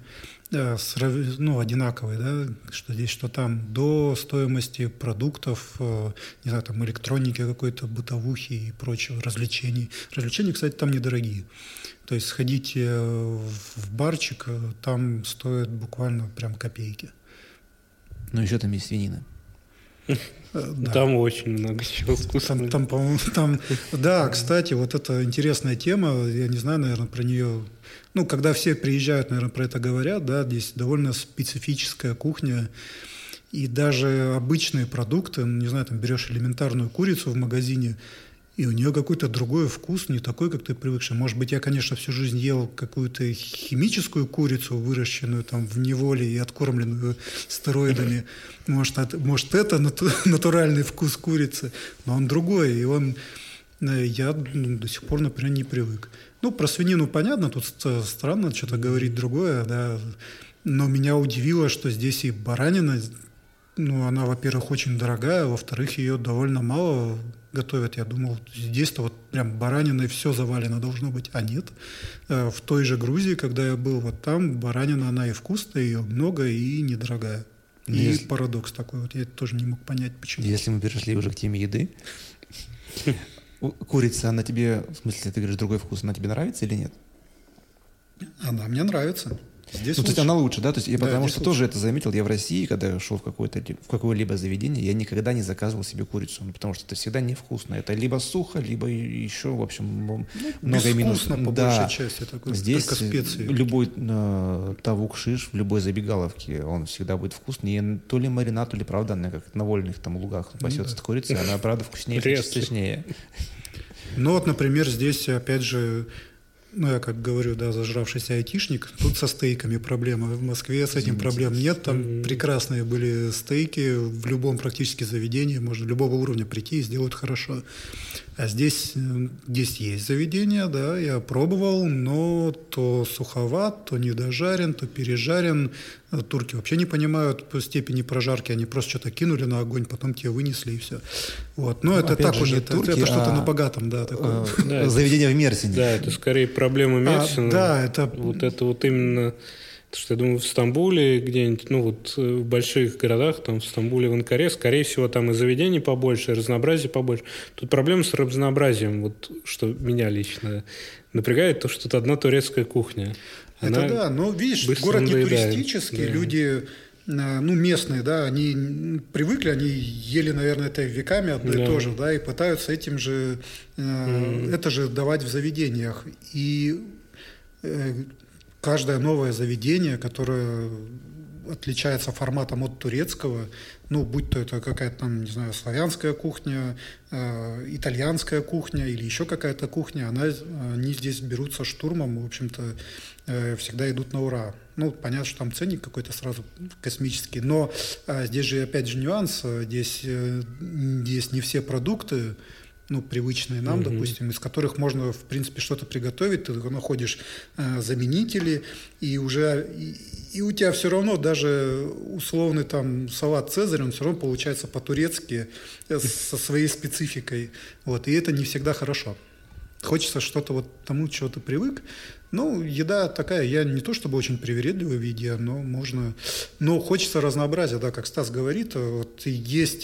одинаковые, да, что здесь, что там, до стоимости продуктов, не знаю, там электроники какой-то, бытовухи и прочего, развлечений. Развлечения, кстати, там недорогие. То есть сходите в барчик, там стоит буквально прям копейки. Еще там есть свинина. Да. Там очень много чего вкусного. Там, по-моему, да, кстати, вот это интересная тема, я не знаю, наверное, про нее, когда все приезжают, наверное, про это говорят, да, здесь довольно специфическая кухня, и даже обычные продукты, не знаю, там берешь элементарную курицу в магазине, и у нее какой-то другой вкус, не такой, как ты привыкший. Может быть, я, конечно, всю жизнь ел какую-то химическую курицу, выращенную там в неволе и откормленную стероидами. Может, это натуральный вкус курицы, но он другой, и я до сих пор, например, не привык. Про свинину понятно, тут странно что-то говорить другое, да, но меня удивило, что здесь и баранина, она, во-первых, очень дорогая, во-вторых, ее довольно мало готовят. Я думал, здесь-то вот прям бараниной все завалено должно быть, а нет. В той же Грузии, когда я был, вот там баранина, она и вкусная, ее много, и недорогая. И парадокс такой, вот я тоже не мог понять, почему. Если мы перешли уже к теме еды, курица, она тебе, в смысле, ты говоришь, другой вкус, она тебе нравится или нет? Она мне нравится. Здесь то есть она лучше, да? То есть я потому что лучше. Тоже это заметил. Я в России, когда шел в какое-либо заведение, я никогда не заказывал себе курицу, потому что это всегда невкусно. Это либо сухо, либо еще, в общем, много минусов. Безвкусно, по большей части. Такой, здесь только специи. Любой тавук шиш в любой забегаловке, он всегда будет вкусный. И то ли маринад, то ли, правда, она как на вольных там лугах пасется курица, она, правда, вкуснее, сочнее. Ну вот, например, здесь, опять же, я как говорю, да, зажравшийся айтишник, тут со стейками проблема. В Москве с этим проблем нет, там прекрасные были стейки в любом практически заведении, можно любого уровня прийти и сделать хорошо. А здесь есть заведения, да, я пробовал, но то суховат, то недожарен, то пережарен. Турки вообще не понимают по степени прожарки, они просто что-то кинули на огонь, потом тебе вынесли и все. Вот. Но это так уже, это что-то на богатом, да, такое. Заведение в Мерсине. Да, это скорее проблема Мерсина. Да, это... Вот это вот именно... Потому что, я думаю, в Стамбуле где-нибудь, в больших городах, там в Стамбуле, в Анкаре, скорее всего, там и заведений побольше, и разнообразия побольше. Тут проблема с разнообразием, вот что меня лично напрягает, то, что тут одна турецкая кухня. Это да, но видишь, город не туристический, да. Люди, местные, да, они привыкли, они ели, наверное, это веками одно и то же, да, и пытаются этим же, это же давать в заведениях. И каждое новое заведение, которое отличается форматом от турецкого, будь то это какая-то там, не знаю, славянская кухня, итальянская кухня или еще какая-то кухня, они здесь берутся штурмом, в общем-то, всегда идут на ура. Понятно, что там ценник какой-то сразу космический, но здесь же, опять же, нюанс, здесь не все продукты, привычные нам, допустим, из которых можно, в принципе, что-то приготовить, ты находишь заменители, и уже и у тебя все равно даже условный там салат «Цезарь», он все равно получается по-турецки со своей спецификой. Вот, и это не всегда хорошо. Хочется что-то вот тому, чего ты привык. Еда такая, я не то чтобы очень привередливый в еде, но можно... Но хочется разнообразия, да, как Стас говорит, вот есть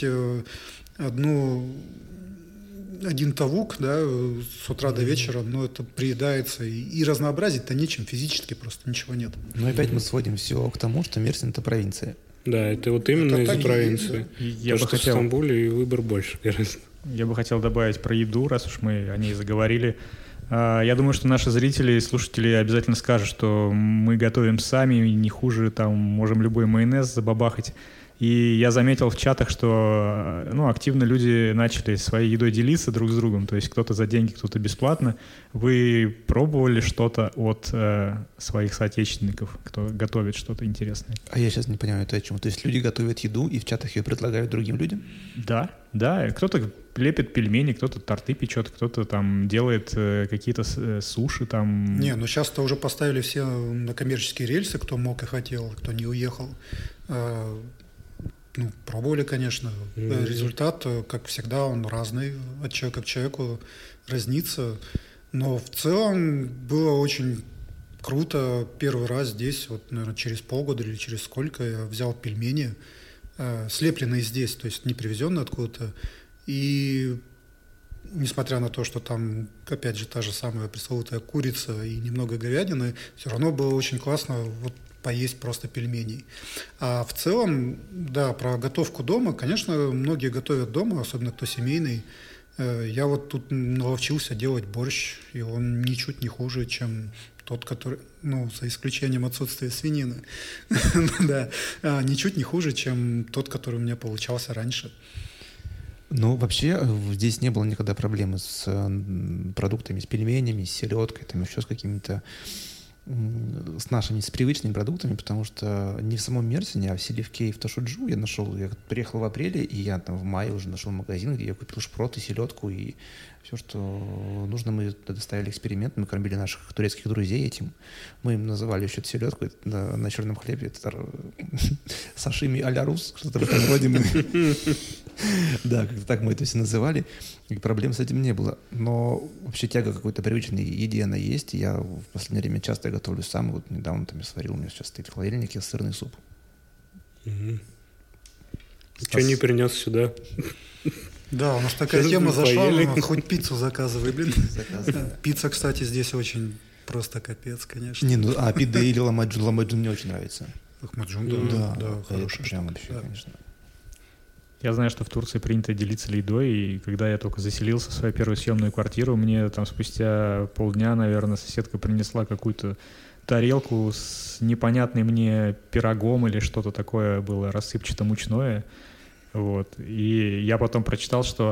один тавук, да, с утра до вечера, но это приедается, и разнообразить-то нечем, физически просто ничего нет. Опять мы сводим все к тому, что Мерсин — это провинция. Да, это вот именно из провинции. Я бы хотел... в Стамбуле выбор больше, кажется. Я бы хотел добавить про еду, раз уж мы о ней заговорили. Я думаю, что наши зрители и слушатели обязательно скажут, что мы готовим сами, не хуже, там, можем любой майонез забабахать. И я заметил в чатах, что активно люди начали своей едой делиться друг с другом. То есть кто-то за деньги, кто-то бесплатно. Вы пробовали что-то от своих соотечественников, кто готовит что-то интересное? А я сейчас не понимаю, это о чем. То есть люди готовят еду и в чатах ее предлагают другим людям? Да. Кто-то лепит пельмени, кто-то торты печет, кто-то там делает какие-то суши там. Сейчас-то уже поставили все на коммерческие рельсы, кто мог и хотел, кто не уехал. Пробовали, конечно. Результат, как всегда, он разный, от человека к человеку разнится. Но в целом было очень круто. Первый раз здесь, наверное, через полгода или через сколько, я взял пельмени, слепленные здесь, то есть не привезенные откуда-то. И несмотря на то, что там, опять же, та же самая пресловутая курица и немного говядины, все равно было очень классно поесть просто пельменей. А в целом, да, про готовку дома, конечно, многие готовят дома, особенно кто семейный. Я тут наловчился делать борщ, и он ничуть не хуже, чем тот, который, за исключением отсутствия свинины, да, ничуть не хуже, чем тот, который у меня получался раньше. Вообще здесь не было никогда проблемы с продуктами, с пельменями, с селедкой, там еще с какими-то с нашими, с привычными продуктами, потому что не в самом Мерсине, а в Селивке и в Ташуджу я приехал в апреле, и я там в мае уже нашел магазин, где я купил шпрот и селедку, и все, что нужно, мы доставили эксперимент, мы кормили наших турецких друзей этим, мы им называли еще эту селедку на черном хлебе, это сашими а-ля рус, что-то в этом роде. Да, как-то так мы это все называли, и проблем с этим не было. Но вообще тяга к какой-то привычной еде, она есть, и я в последнее время часто готовлю сам, недавно там я сварил, у меня сейчас стоит в холодильнике сырный суп. Что не принес сюда? Да, у нас такая тема зашла, хоть пиццу заказывай, блин. Пицца, кстати, здесь очень просто капец, конечно. А пида или ламаджун мне очень нравится. Ламаджун, да, хорошая штука. Вообще, конечно. Я знаю, что в Турции принято делиться едой, и когда я только заселился в свою первую съемную квартиру, мне там спустя полдня, наверное, соседка принесла какую-то тарелку с непонятным мне пирогом или что-то такое было рассыпчато-мучное. И я потом прочитал, что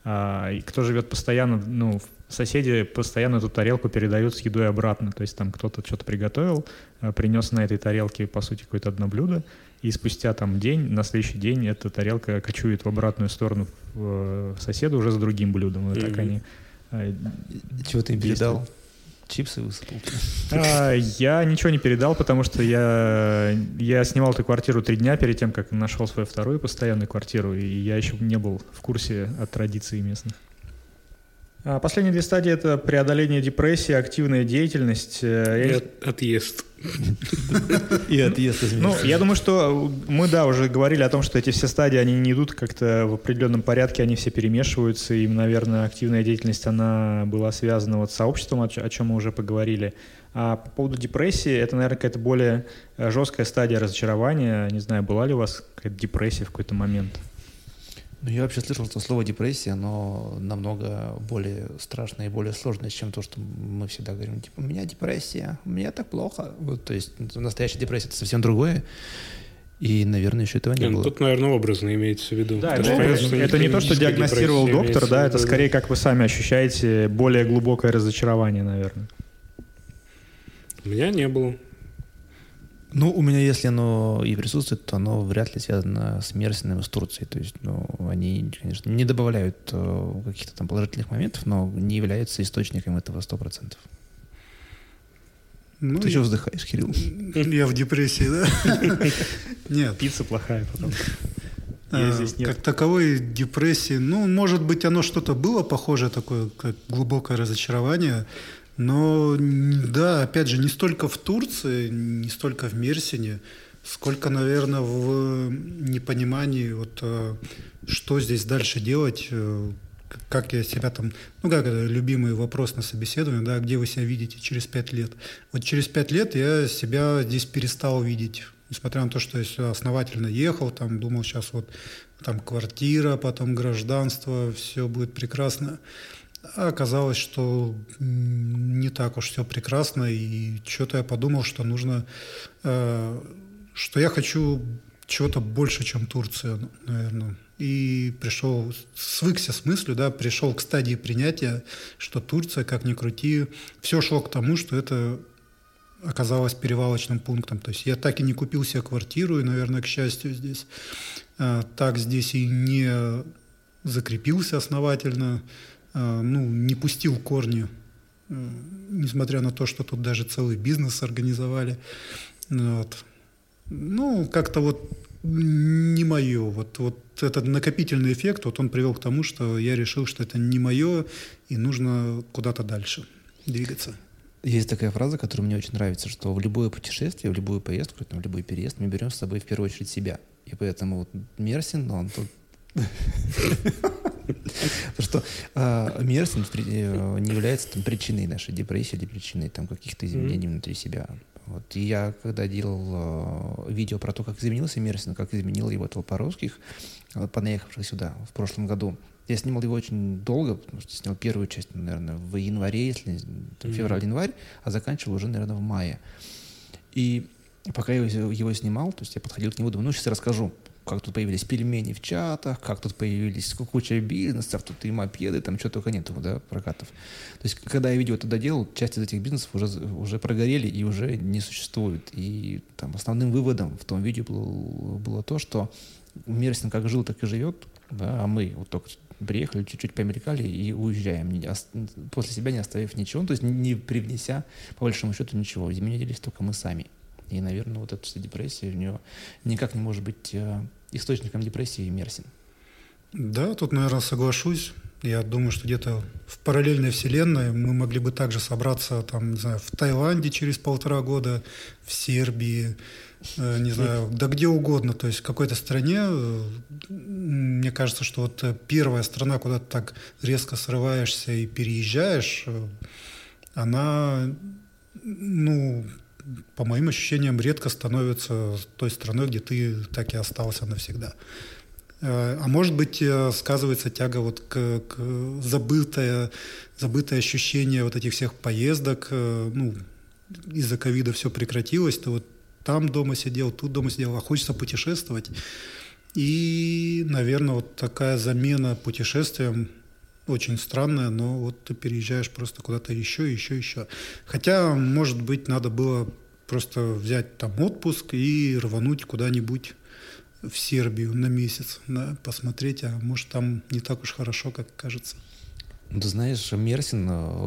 И кто живет постоянно, соседи постоянно эту тарелку передают с едой обратно. То есть там кто-то что-то приготовил, принес на этой тарелке, по сути, какое-то одно блюдо, и спустя там день, на следующий день эта тарелка кочует в обратную сторону соседа уже с другим блюдом. Вот так они... Чего ты им передал? Чипсы высыпал? Я ничего не передал, потому что я снимал эту квартиру 3 дня перед тем, как нашел свою вторую постоянную квартиру, и я еще не был в курсе от традиций местных. Последние 2 стадии – это преодоление депрессии, активная деятельность. И отъезд. И отъезд из места. Я думаю, что мы, уже говорили о том, что эти все стадии, они не идут как-то в определенном порядке, они все перемешиваются, и, наверное, активная деятельность, она была связана с сообществом, о чем мы уже поговорили. А по поводу депрессии, это, наверное, какая-то более жесткая стадия разочарования. Не знаю, была ли у вас какая-то депрессия в какой-то момент? Я вообще слышал, что слово депрессия, оно намного более страшное и более сложное, чем то, что мы всегда говорим. Типа, у меня депрессия, мне так плохо. То есть настоящая депрессия – это совсем другое. И, наверное, еще этого не было. Тут, наверное, образно имеется в виду. Да, это не то, что диагностировал доктор, это скорее, как вы сами ощущаете, более глубокое разочарование, наверное. У меня не было. У меня, если оно и присутствует, то оно вряд ли связано с Мерсиным и с Турцией. То есть, они, конечно, не добавляют каких-то там положительных моментов, но не являются источником этого 100%. Ты что вздыхаешь, Кирилл? Я в депрессии, да? Нет. Пицца плохая потом. Как таковой депрессии, может быть, оно что-то было похожее, такое, как глубокое разочарование. Но, да, опять же, не столько в Турции, не столько в Мерсине, сколько, наверное, в непонимании, что здесь дальше делать, как я себя там... как это любимый вопрос на собеседовании, да, где вы себя видите через 5 лет. Вот через 5 лет я себя здесь перестал видеть. Несмотря на то, что я сюда основательно ехал, там думал, сейчас там квартира, потом гражданство, все будет прекрасно. А оказалось, что не так уж все прекрасно, и что-то я подумал, что нужно, что я хочу чего-то больше, чем Турция, наверное. И свыкся с мыслью, пришел к стадии принятия, что Турция, как ни крути, все шло к тому, что это оказалось перевалочным пунктом. То есть я так и не купил себе квартиру, и, наверное, к счастью, здесь так здесь и не закрепился основательно, не пустил корни, несмотря на то, что тут даже целый бизнес организовали. Как-то не мое. Вот этот накопительный эффект, он привел к тому, что я решил, что это не мое, и нужно куда-то дальше двигаться. Есть такая фраза, которая мне очень нравится, что в любое путешествие, в любую поездку, в любой переезд мы берем с собой в первую очередь себя. И поэтому Мерсин, он тут... Потому что Мерсин не является причиной нашей депрессии или причиной каких-то изменений внутри себя. И я, когда делал видео про то, как изменился Мерсин, как изменил его толпа русских, понаехавших сюда в прошлом году, я снимал его очень долго, потому что снял первую часть, наверное, в январе, если февраль-январь, а заканчивал уже, наверное, в мае. И пока я его снимал, то есть я подходил к нему, думаю, сейчас я расскажу, как тут появились пельмени в чатах, как тут появились куча бизнесов, тут и мопеды, там что только нету, прокатов. То есть, когда я видео тогда делал, часть из этих бизнесов уже прогорели и уже не существуют. И основным выводом в том видео было то, что Мерсин как жил, так и живет, а мы только приехали, чуть-чуть помелькали и уезжаем, после себя не оставив ничего, то есть не привнеся, по большому счету, ничего. Изменились только мы сами. И, наверное, эта депрессия, у нее никак не может быть источником депрессии Мерсин. Да, тут, наверное, соглашусь. Я думаю, что где-то в параллельной вселенной мы могли бы также собраться, в Таиланде через 1,5 года, в Сербии, не знаю, да где угодно, то есть в какой-то стране. Мне кажется, что первая страна, куда ты так резко срываешься и переезжаешь, она, по моим ощущениям, редко становится той страной, где ты так и остался навсегда. А может быть, сказывается тяга к забытое ощущение этих всех поездок. Из-за ковида все прекратилось, ты там дома сидел, тут дома сидел, а хочется путешествовать. И, наверное, такая замена путешествиям очень странная, но вот ты переезжаешь просто куда-то еще. Хотя, может быть, надо было просто взять там отпуск и рвануть куда-нибудь в Сербию на месяц, да, посмотреть, а может там не так уж хорошо, как кажется. Ну, ты знаешь, у Мерсина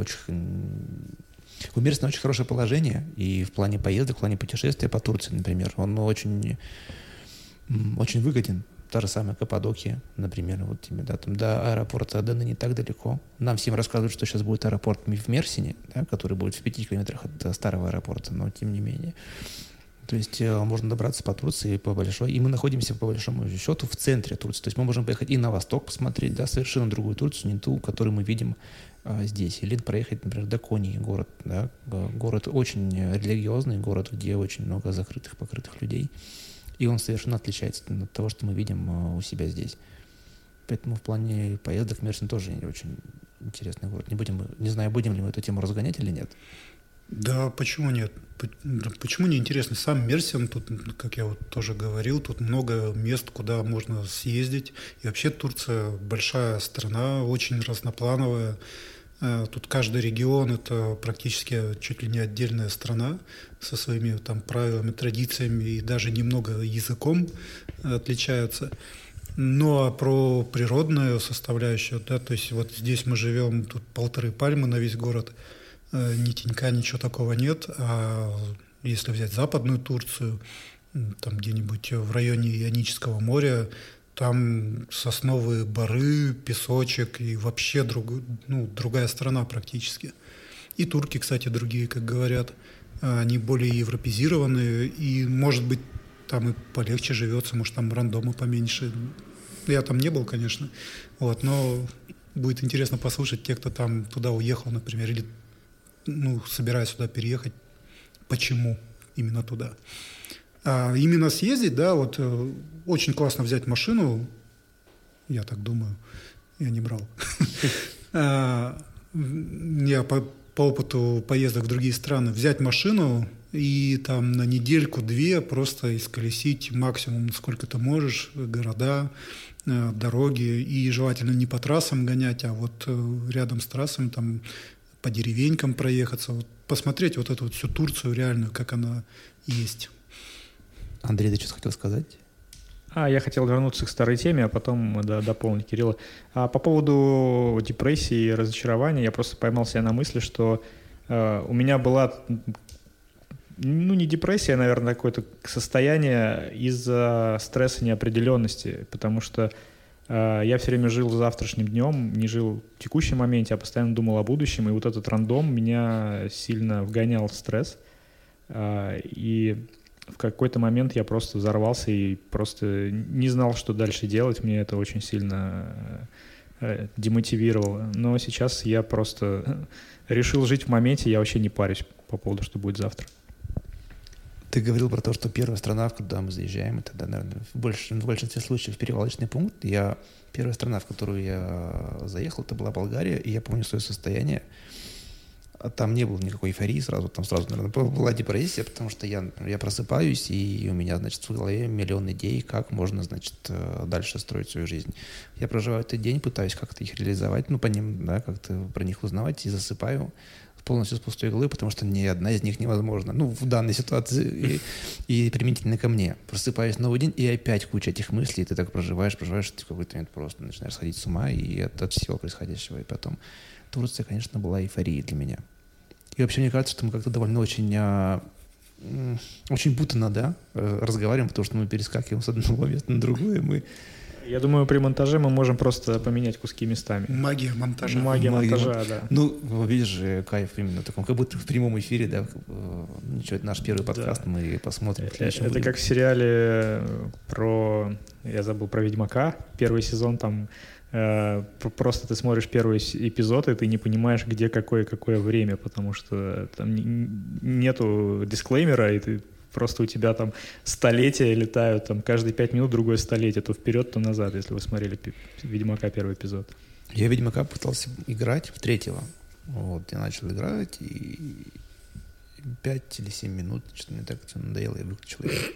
очень хорошее положение и в плане поездок, в плане путешествия по Турции, например, он очень выгоден. Та же самая Каппадокия, например, вот тебе, да, там до аэропорта Адена не так далеко. Нам всем рассказывают, что сейчас будет аэропорт в Мерсине, да, который будет в 5 километрах от старого аэропорта, но тем не менее. То есть можно добраться по Турции по большой, и мы находимся по большому счету в центре Турции. То есть мы можем поехать и на восток посмотреть, да, совершенно другую Турцию, не ту, которую мы видим здесь. Или проехать, например, до Конии, город, да, город очень религиозный, город, где очень много закрытых, покрытых людей. И он совершенно отличается от того, что мы видим у себя здесь. Поэтому в плане поездок Мерсин тоже очень интересный город. Не знаю, будем ли мы эту тему разгонять или нет. Да, почему нет? Почему не интересно? Сам Мерсин, тут, как я вот тоже говорил, тут много мест, куда можно съездить. И вообще Турция большая страна, очень разноплановая. Тут каждый регион – это практически чуть ли не отдельная страна со своими там правилами, традициями и даже немного языком отличаются. Ну, а про природную составляющую, да, то есть вот здесь мы живем, тут 1,5 пальмы на весь город, ни тенька, ничего такого нет. А если взять западную Турцию, там где-нибудь в районе Ионического моря, там сосновые бары, песочек и вообще другая страна практически. И турки, кстати, другие, как говорят, они более европезированные, и, может быть, там и полегче живется, может, там рандома поменьше. Я там не был, конечно, вот, но будет интересно послушать тех, кто там туда уехал, например, или собираясь сюда переехать, почему именно туда. А именно съездить, да, вот очень классно взять машину, я так думаю, я не брал. Я по опыту поездок в другие страны, взять машину и там на недельку-две просто исколесить максимум, сколько ты можешь, города, дороги, и желательно не по трассам гонять, а вот рядом с трассами там по деревенькам проехаться, вот, посмотреть вот эту вот всю Турцию реальную, как она есть. Андрей, ты что хотел сказать? Я хотел вернуться к старой теме, а потом дополнить Кирилла. По поводу депрессии и разочарования я просто поймал себя на мысли, что у меня была, не депрессия, а, наверное, какое-то состояние из-за стресса неопределенности, потому что я все время жил завтрашним днем, не жил в текущем моменте, а постоянно думал о будущем, и вот этот рандом меня сильно вгонял в стресс. И в какой-то момент я просто взорвался и просто не знал, что дальше делать. Мне это очень сильно демотивировало. Но сейчас я просто решил жить в моменте, я вообще не парюсь по поводу, что будет завтра. Ты говорил про то, что первая страна, куда мы заезжаем, это, наверное, в большинстве случаев перевалочный пункт. Первая страна, в которую я заехал, это была Болгария, и я помню свое состояние. Там не было никакой эйфории сразу, наверное, была депрессия, потому что я просыпаюсь, и у меня, значит, в голове миллион идей, как можно, значит, дальше строить свою жизнь. Я проживаю этот день, пытаюсь как-то их реализовать, по ним, да, как-то про них узнавать, и засыпаю полностью с пустой головы, потому что ни одна из них невозможна. В данной ситуации и применительно ко мне. Просыпаюсь новый день, и опять куча этих мыслей, и ты так проживаешь, и в какой-то момент просто начинаешь сходить с ума и от всего происходящего. И потом Турция, конечно, была эйфорией для меня. И вообще, мне кажется, что мы как-то довольно очень путанно, да, разговариваем, потому что мы перескакиваем с одного места на другое. Я думаю, при монтаже мы можем просто поменять куски местами. Магия монтажа. Магия монтажа, да. Видишь, кайф именно таком, как будто в прямом эфире, да. Ничего, это наш первый подкаст, да. Мы посмотрим. Это как в сериале я забыл, про Ведьмака, первый сезон, там просто ты смотришь первый эпизод, и ты не понимаешь, где какое время, потому что там нету дисклеймера, и ты просто у тебя там столетия летают, там каждые 5 минут другое столетие, то вперед, то назад, если вы смотрели Ведьмака первый эпизод. Я Ведьмака пытался играть в 3-го. Вот, я начал играть, и 5 или 7 минут, что-то мне так все надоело, я выключил его.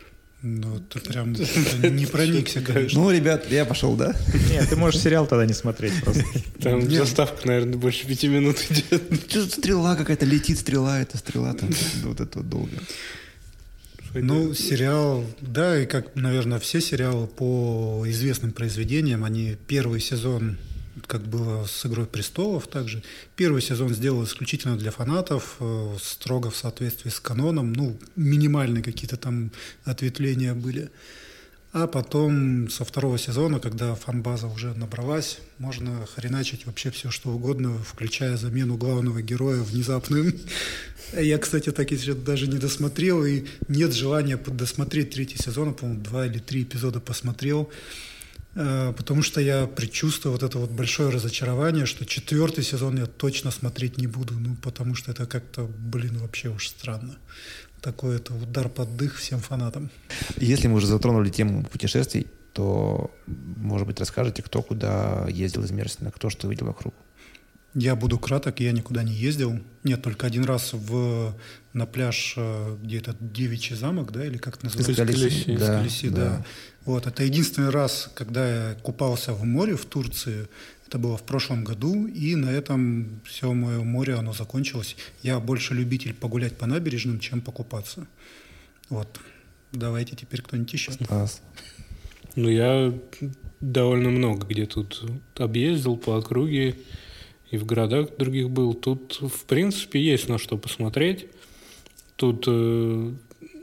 Ну, ты прям не проникся, конечно. Ну, ребят, я пошел, да? Нет, ты можешь сериал тогда не смотреть просто. Там заставка, наверное, больше 5 минут идет. Что стрела какая-то летит, эта стрела там вот это вот долго. Ну, сериал, да, и как, наверное, все сериалы по известным произведениям, они первый сезон, как было с «Игрой престолов» также, первый сезон сделал исключительно для фанатов, строго в соответствии с каноном, ну, минимальные какие-то там ответвления были. А потом со второго сезона, когда фан-база уже набралась, можно хреначить вообще все, что угодно, включая замену главного героя внезапным. Я, кстати, так еще даже не досмотрел, и нет желания досмотреть третий сезон, по-моему, 2 или 3 эпизода посмотрел, потому что я предчувствую вот это вот большое разочарование, что 4-й сезон я точно смотреть не буду, ну, потому что это как-то, вообще уж странно. Такой это удар под дых всем фанатам. Если мы уже затронули тему путешествий, то, может быть, расскажете, кто куда ездил из Мерсина, кто что видел вокруг? Я буду краток, я никуда не ездил. Нет, только один раз на пляж, где-то Девичий замок, да, или как это называется? Скалиси, да. Вот, это единственный раз, когда я купался в море в Турции. Это было в прошлом году, и на этом все мое море, оно закончилось. Я больше любитель погулять по набережным, чем покупаться. Вот. Давайте теперь кто-нибудь еще. Ну, я довольно много где тут объездил по округе и в городах других был. Тут, в принципе, есть на что посмотреть. Тут, ну,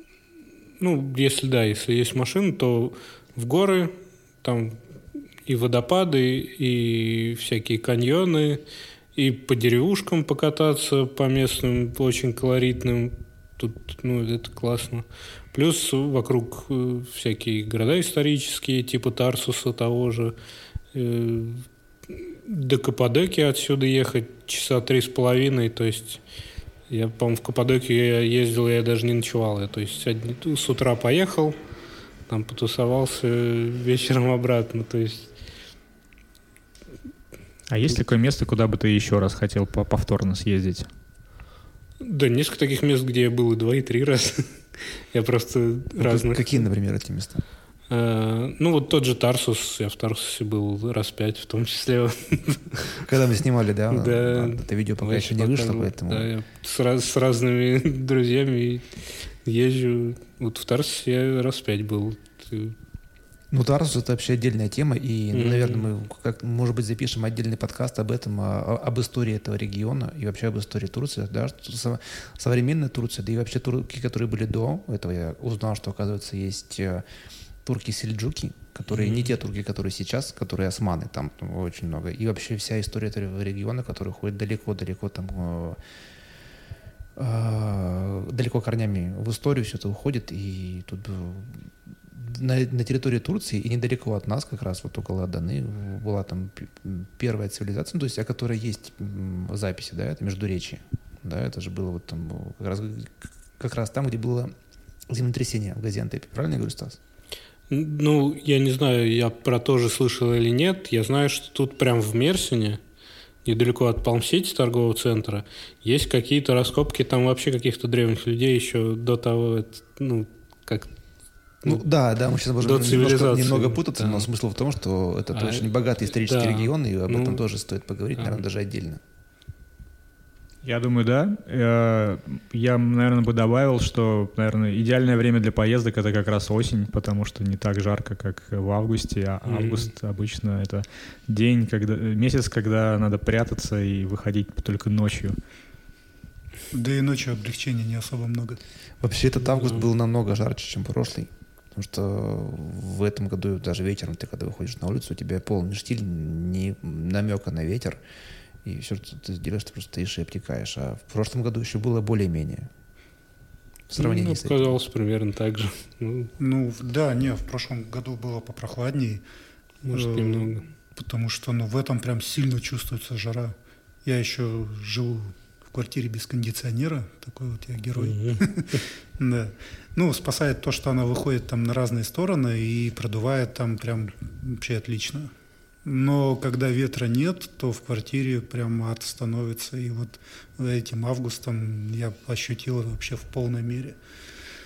если есть машина, то в горы, там и водопады, и всякие каньоны, и по деревушкам покататься, по местным, очень колоритным. Тут, ну, это классно. Плюс вокруг всякие города исторические, типа Тарсуса того же. До Каппадокии отсюда ехать часа 3,5. То есть я, по-моему, в Каппадокию я ездил, я даже не ночевал. То есть с утра поехал, там потусовался, вечером обратно. То есть... А есть ли такое место, куда бы ты еще раз хотел повторно съездить? Да, несколько таких мест, где я был и 2, и 3 раза. Я просто разных... Какие, например, эти места? Ну, вот тот же Тарсус. Я в Тарсусе был раз 5 в том числе. Когда мы снимали, да? Да. Это видео пока еще не вышло, поэтому... Да, я с разными друзьями езжу. Вот в Тарсусе я раз 5 был. Ну, Тарсус — это вообще отдельная тема, и, наверное, мы, может быть, запишем отдельный подкаст об этом, об истории этого региона и вообще об истории Турции, да, что современная Турция, да и вообще турки, которые были до этого. Я узнал, что, оказывается, есть турки-сельджуки, которые не те турки, которые сейчас, которые османы, там очень много. И вообще вся история этого региона, который ходит далеко-далеко там... далеко корнями в историю все это уходит, и тут на территории Турции и недалеко от нас, как раз вот около Аданы, была там первая цивилизация, ну, то есть о которой есть записи, да, это Междуречье, да, это же было вот там как раз там, где было землетрясение в Газиантепе, правильно я говорю, Стас? Ну, я не знаю, я про то же слышал или нет, я знаю, что тут прям в Мерсине, недалеко от Палм-Сити, торгового центра, есть какие-то раскопки там вообще каких-то древних людей еще до того, ну, как... Ну, да, мы сейчас можем немного путаться, да. Но смысл в том, что это очень богатый исторический регион, и об этом тоже стоит поговорить, наверное, даже отдельно. Я думаю, да. Я, наверное, бы добавил, что, наверное, идеальное время для поездок — это как раз осень, потому что не так жарко, как в августе, а август обычно это месяц, когда надо прятаться и выходить только ночью. Да и ночью облегчения не особо много. Вообще этот август был намного жарче, чем прошлый. Потому что в этом году даже вечером ты, когда выходишь на улицу, у тебя полный штиль, ни намека на ветер. И все, что ты делаешь, ты просто стоишь и обтекаешь. А в прошлом году еще было более-менее. В сравнении с этим. Казалось примерно так же. Ну, да, в прошлом году было попрохладнее. Может, немного. Потому что, в этом прям сильно чувствуется жара. Я еще живу в квартире без кондиционера. Такой вот я герой. Да. Ну, спасает то, что она выходит там на разные стороны и продувает там прям вообще отлично. Но когда ветра нет, то в квартире прям ад становится. И вот этим августом я ощутил это вообще в полной мере.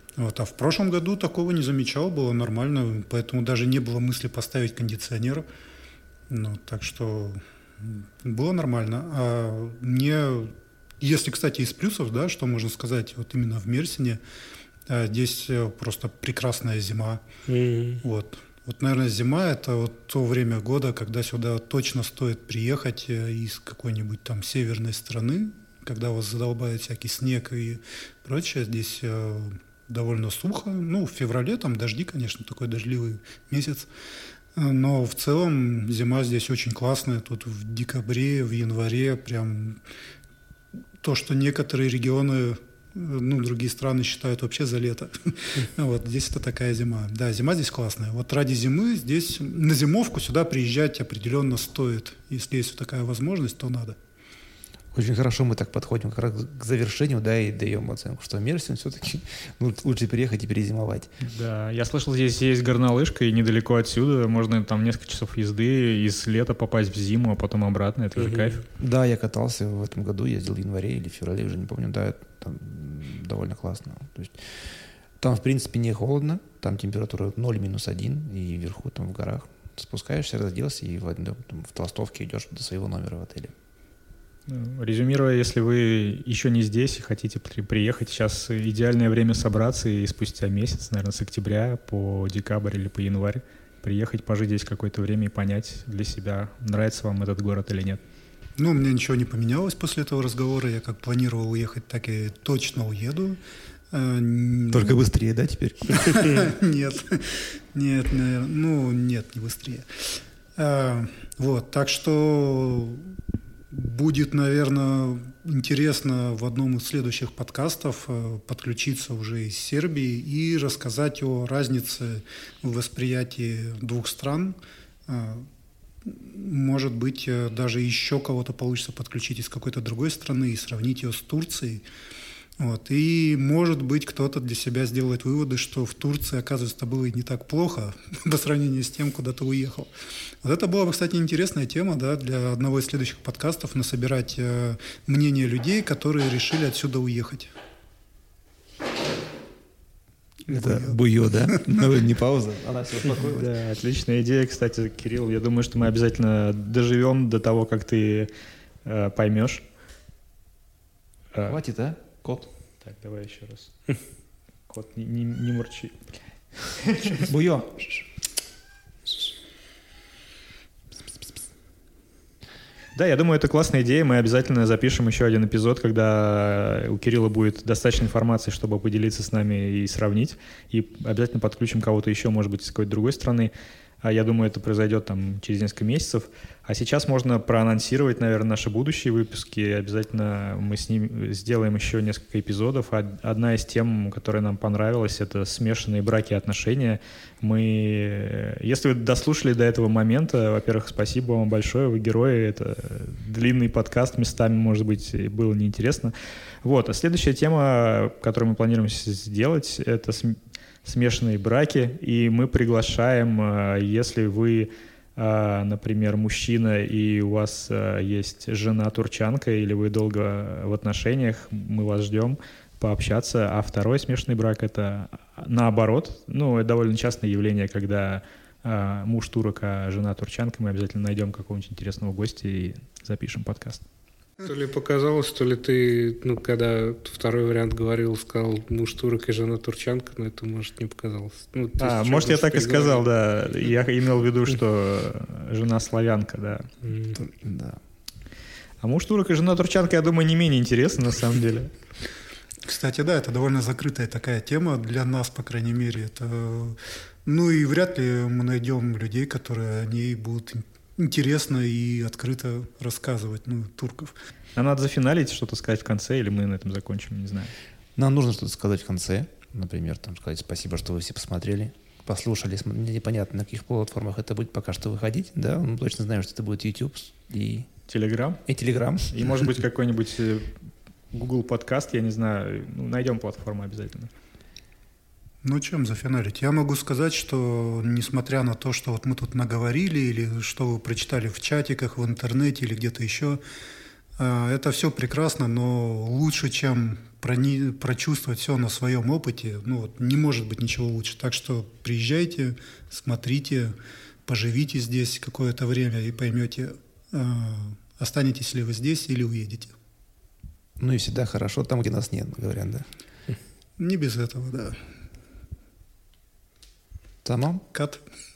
Вот. А в прошлом году такого не замечал, было нормально, поэтому даже не было мысли поставить кондиционер. Ну, так что было нормально. А мне, если, кстати, из плюсов, да, что можно сказать вот именно в Мерсине, здесь просто прекрасная зима. Вот. Вот, наверное, зима – это вот то время года, когда сюда точно стоит приехать из какой-нибудь там северной страны, когда вас задолбает всякий снег и прочее. Здесь довольно сухо. Ну, в феврале там дожди, конечно, такой дождливый месяц. Но в целом зима здесь очень классная. Тут в декабре, в январе прям то, что некоторые регионы, ну, другие страны считают вообще за лето. Вот здесь это такая зима. Да, зима здесь классная. Вот ради зимы здесь на зимовку сюда приезжать определенно стоит. Если есть вот такая возможность, то надо. Очень хорошо мы так подходим как раз к завершению, да, и даем оценку, что Мерсин все-таки лучше приехать и перезимовать. Да, я слышал, здесь есть горнолыжка, и недалеко отсюда можно там несколько часов езды из лета попасть в зиму, а потом обратно, это же кайф. Да, я катался в этом году, ездил в январе или в феврале, уже не помню, да, там довольно классно. То есть, там, в принципе, не холодно, там температура 0-1, и вверху, там в горах спускаешься, разделся, и в толстовке идешь до своего номера в отеле. Резюмируя, если вы еще не здесь и хотите приехать, сейчас идеальное время собраться и спустя месяц, наверное, с октября по декабрь или по январь приехать, пожить здесь какое-то время и понять для себя, нравится вам этот город или нет. Ну, у меня ничего не поменялось после этого разговора. Я как планировал уехать, так и точно уеду. Только быстрее, да, теперь? Нет, наверное, нет, не быстрее. Вот, так что будет, наверное, интересно в одном из следующих подкастов подключиться уже из Сербии и рассказать о разнице в восприятии двух стран. Может быть, даже еще кого-то получится подключить из какой-то другой страны и сравнить ее с Турцией. Вот. И, может быть, кто-то для себя сделает выводы, что в Турции, оказывается, было и не так плохо по сравнению с тем, куда ты уехал. Вот это была бы, кстати, интересная тема, да, для одного из следующих подкастов, насобирать мнение людей, которые решили отсюда уехать. Это буё, да? Ну, не пауза, она все успокоилась. Да, отличная идея, кстати, Кирилл. Я думаю, что мы обязательно доживем до того, как ты поймешь. Хватит, а? Кот. Так, давай еще раз. Кот, не мурчи. Буё. Да, я думаю, это классная идея. Мы обязательно запишем еще один эпизод, когда у Кирилла будет достаточно информации, чтобы поделиться с нами и сравнить. И обязательно подключим кого-то еще, может быть, из какой-то другой страны. Я думаю, это произойдет там через несколько месяцев. А сейчас можно проанонсировать, наверное, наши будущие выпуски. Обязательно мы с ним сделаем еще несколько эпизодов. Одна из тем, которая нам понравилась, это смешанные браки и отношения. Если вы дослушали до этого момента, во-первых, спасибо вам большое, вы герои. Это длинный подкаст, местами, может быть, было неинтересно. Вот. А следующая тема, которую мы планируем сделать, это смешанные браки, и мы приглашаем, если вы, например, мужчина, и у вас есть жена-турчанка, или вы долго в отношениях, мы вас ждем пообщаться. А второй смешанный брак — это наоборот. Ну, это довольно частое явление, когда муж турок, а жена турчанка. Мы обязательно найдем какого-нибудь интересного гостя и запишем подкаст. То ли показалось, то ли ты, когда второй вариант говорил, сказал муж турок и жена турчанка, но это, может, не показалось. Может, я так и сказал, да. Я имел в виду, что жена славянка, да. Да. А муж турок и жена турчанка, я думаю, не менее интересно, на самом деле. Кстати, да, это довольно закрытая такая тема для нас, по крайней мере. Ну и вряд ли мы найдем людей, которые о ней будут интересно и открыто рассказывать, турков. А надо зафиналить, что-то сказать в конце, или мы на этом закончим, не знаю. Нам нужно что-то сказать в конце. Например, сказать спасибо, что вы все посмотрели, послушали. Мне непонятно, на каких платформах это будет пока что выходить. Да, мы точно знаем, что это будет YouTube и Telegram. И Telegram. И, может быть, какой-нибудь Google подкаст, я не знаю. Найдем платформу обязательно. Чем зафиналить? Я могу сказать, что несмотря на то, что вот мы тут наговорили, или что вы прочитали в чатиках, в интернете или где-то еще, Это все прекрасно, но лучше, чем прочувствовать все на своем опыте, не может быть ничего лучше. Так что приезжайте, смотрите, поживите здесь какое-то время и поймете, останетесь ли вы здесь или уедете. Ну и всегда хорошо там, где нас нет, говорят, да? Не без этого, да. Tamam. Кат.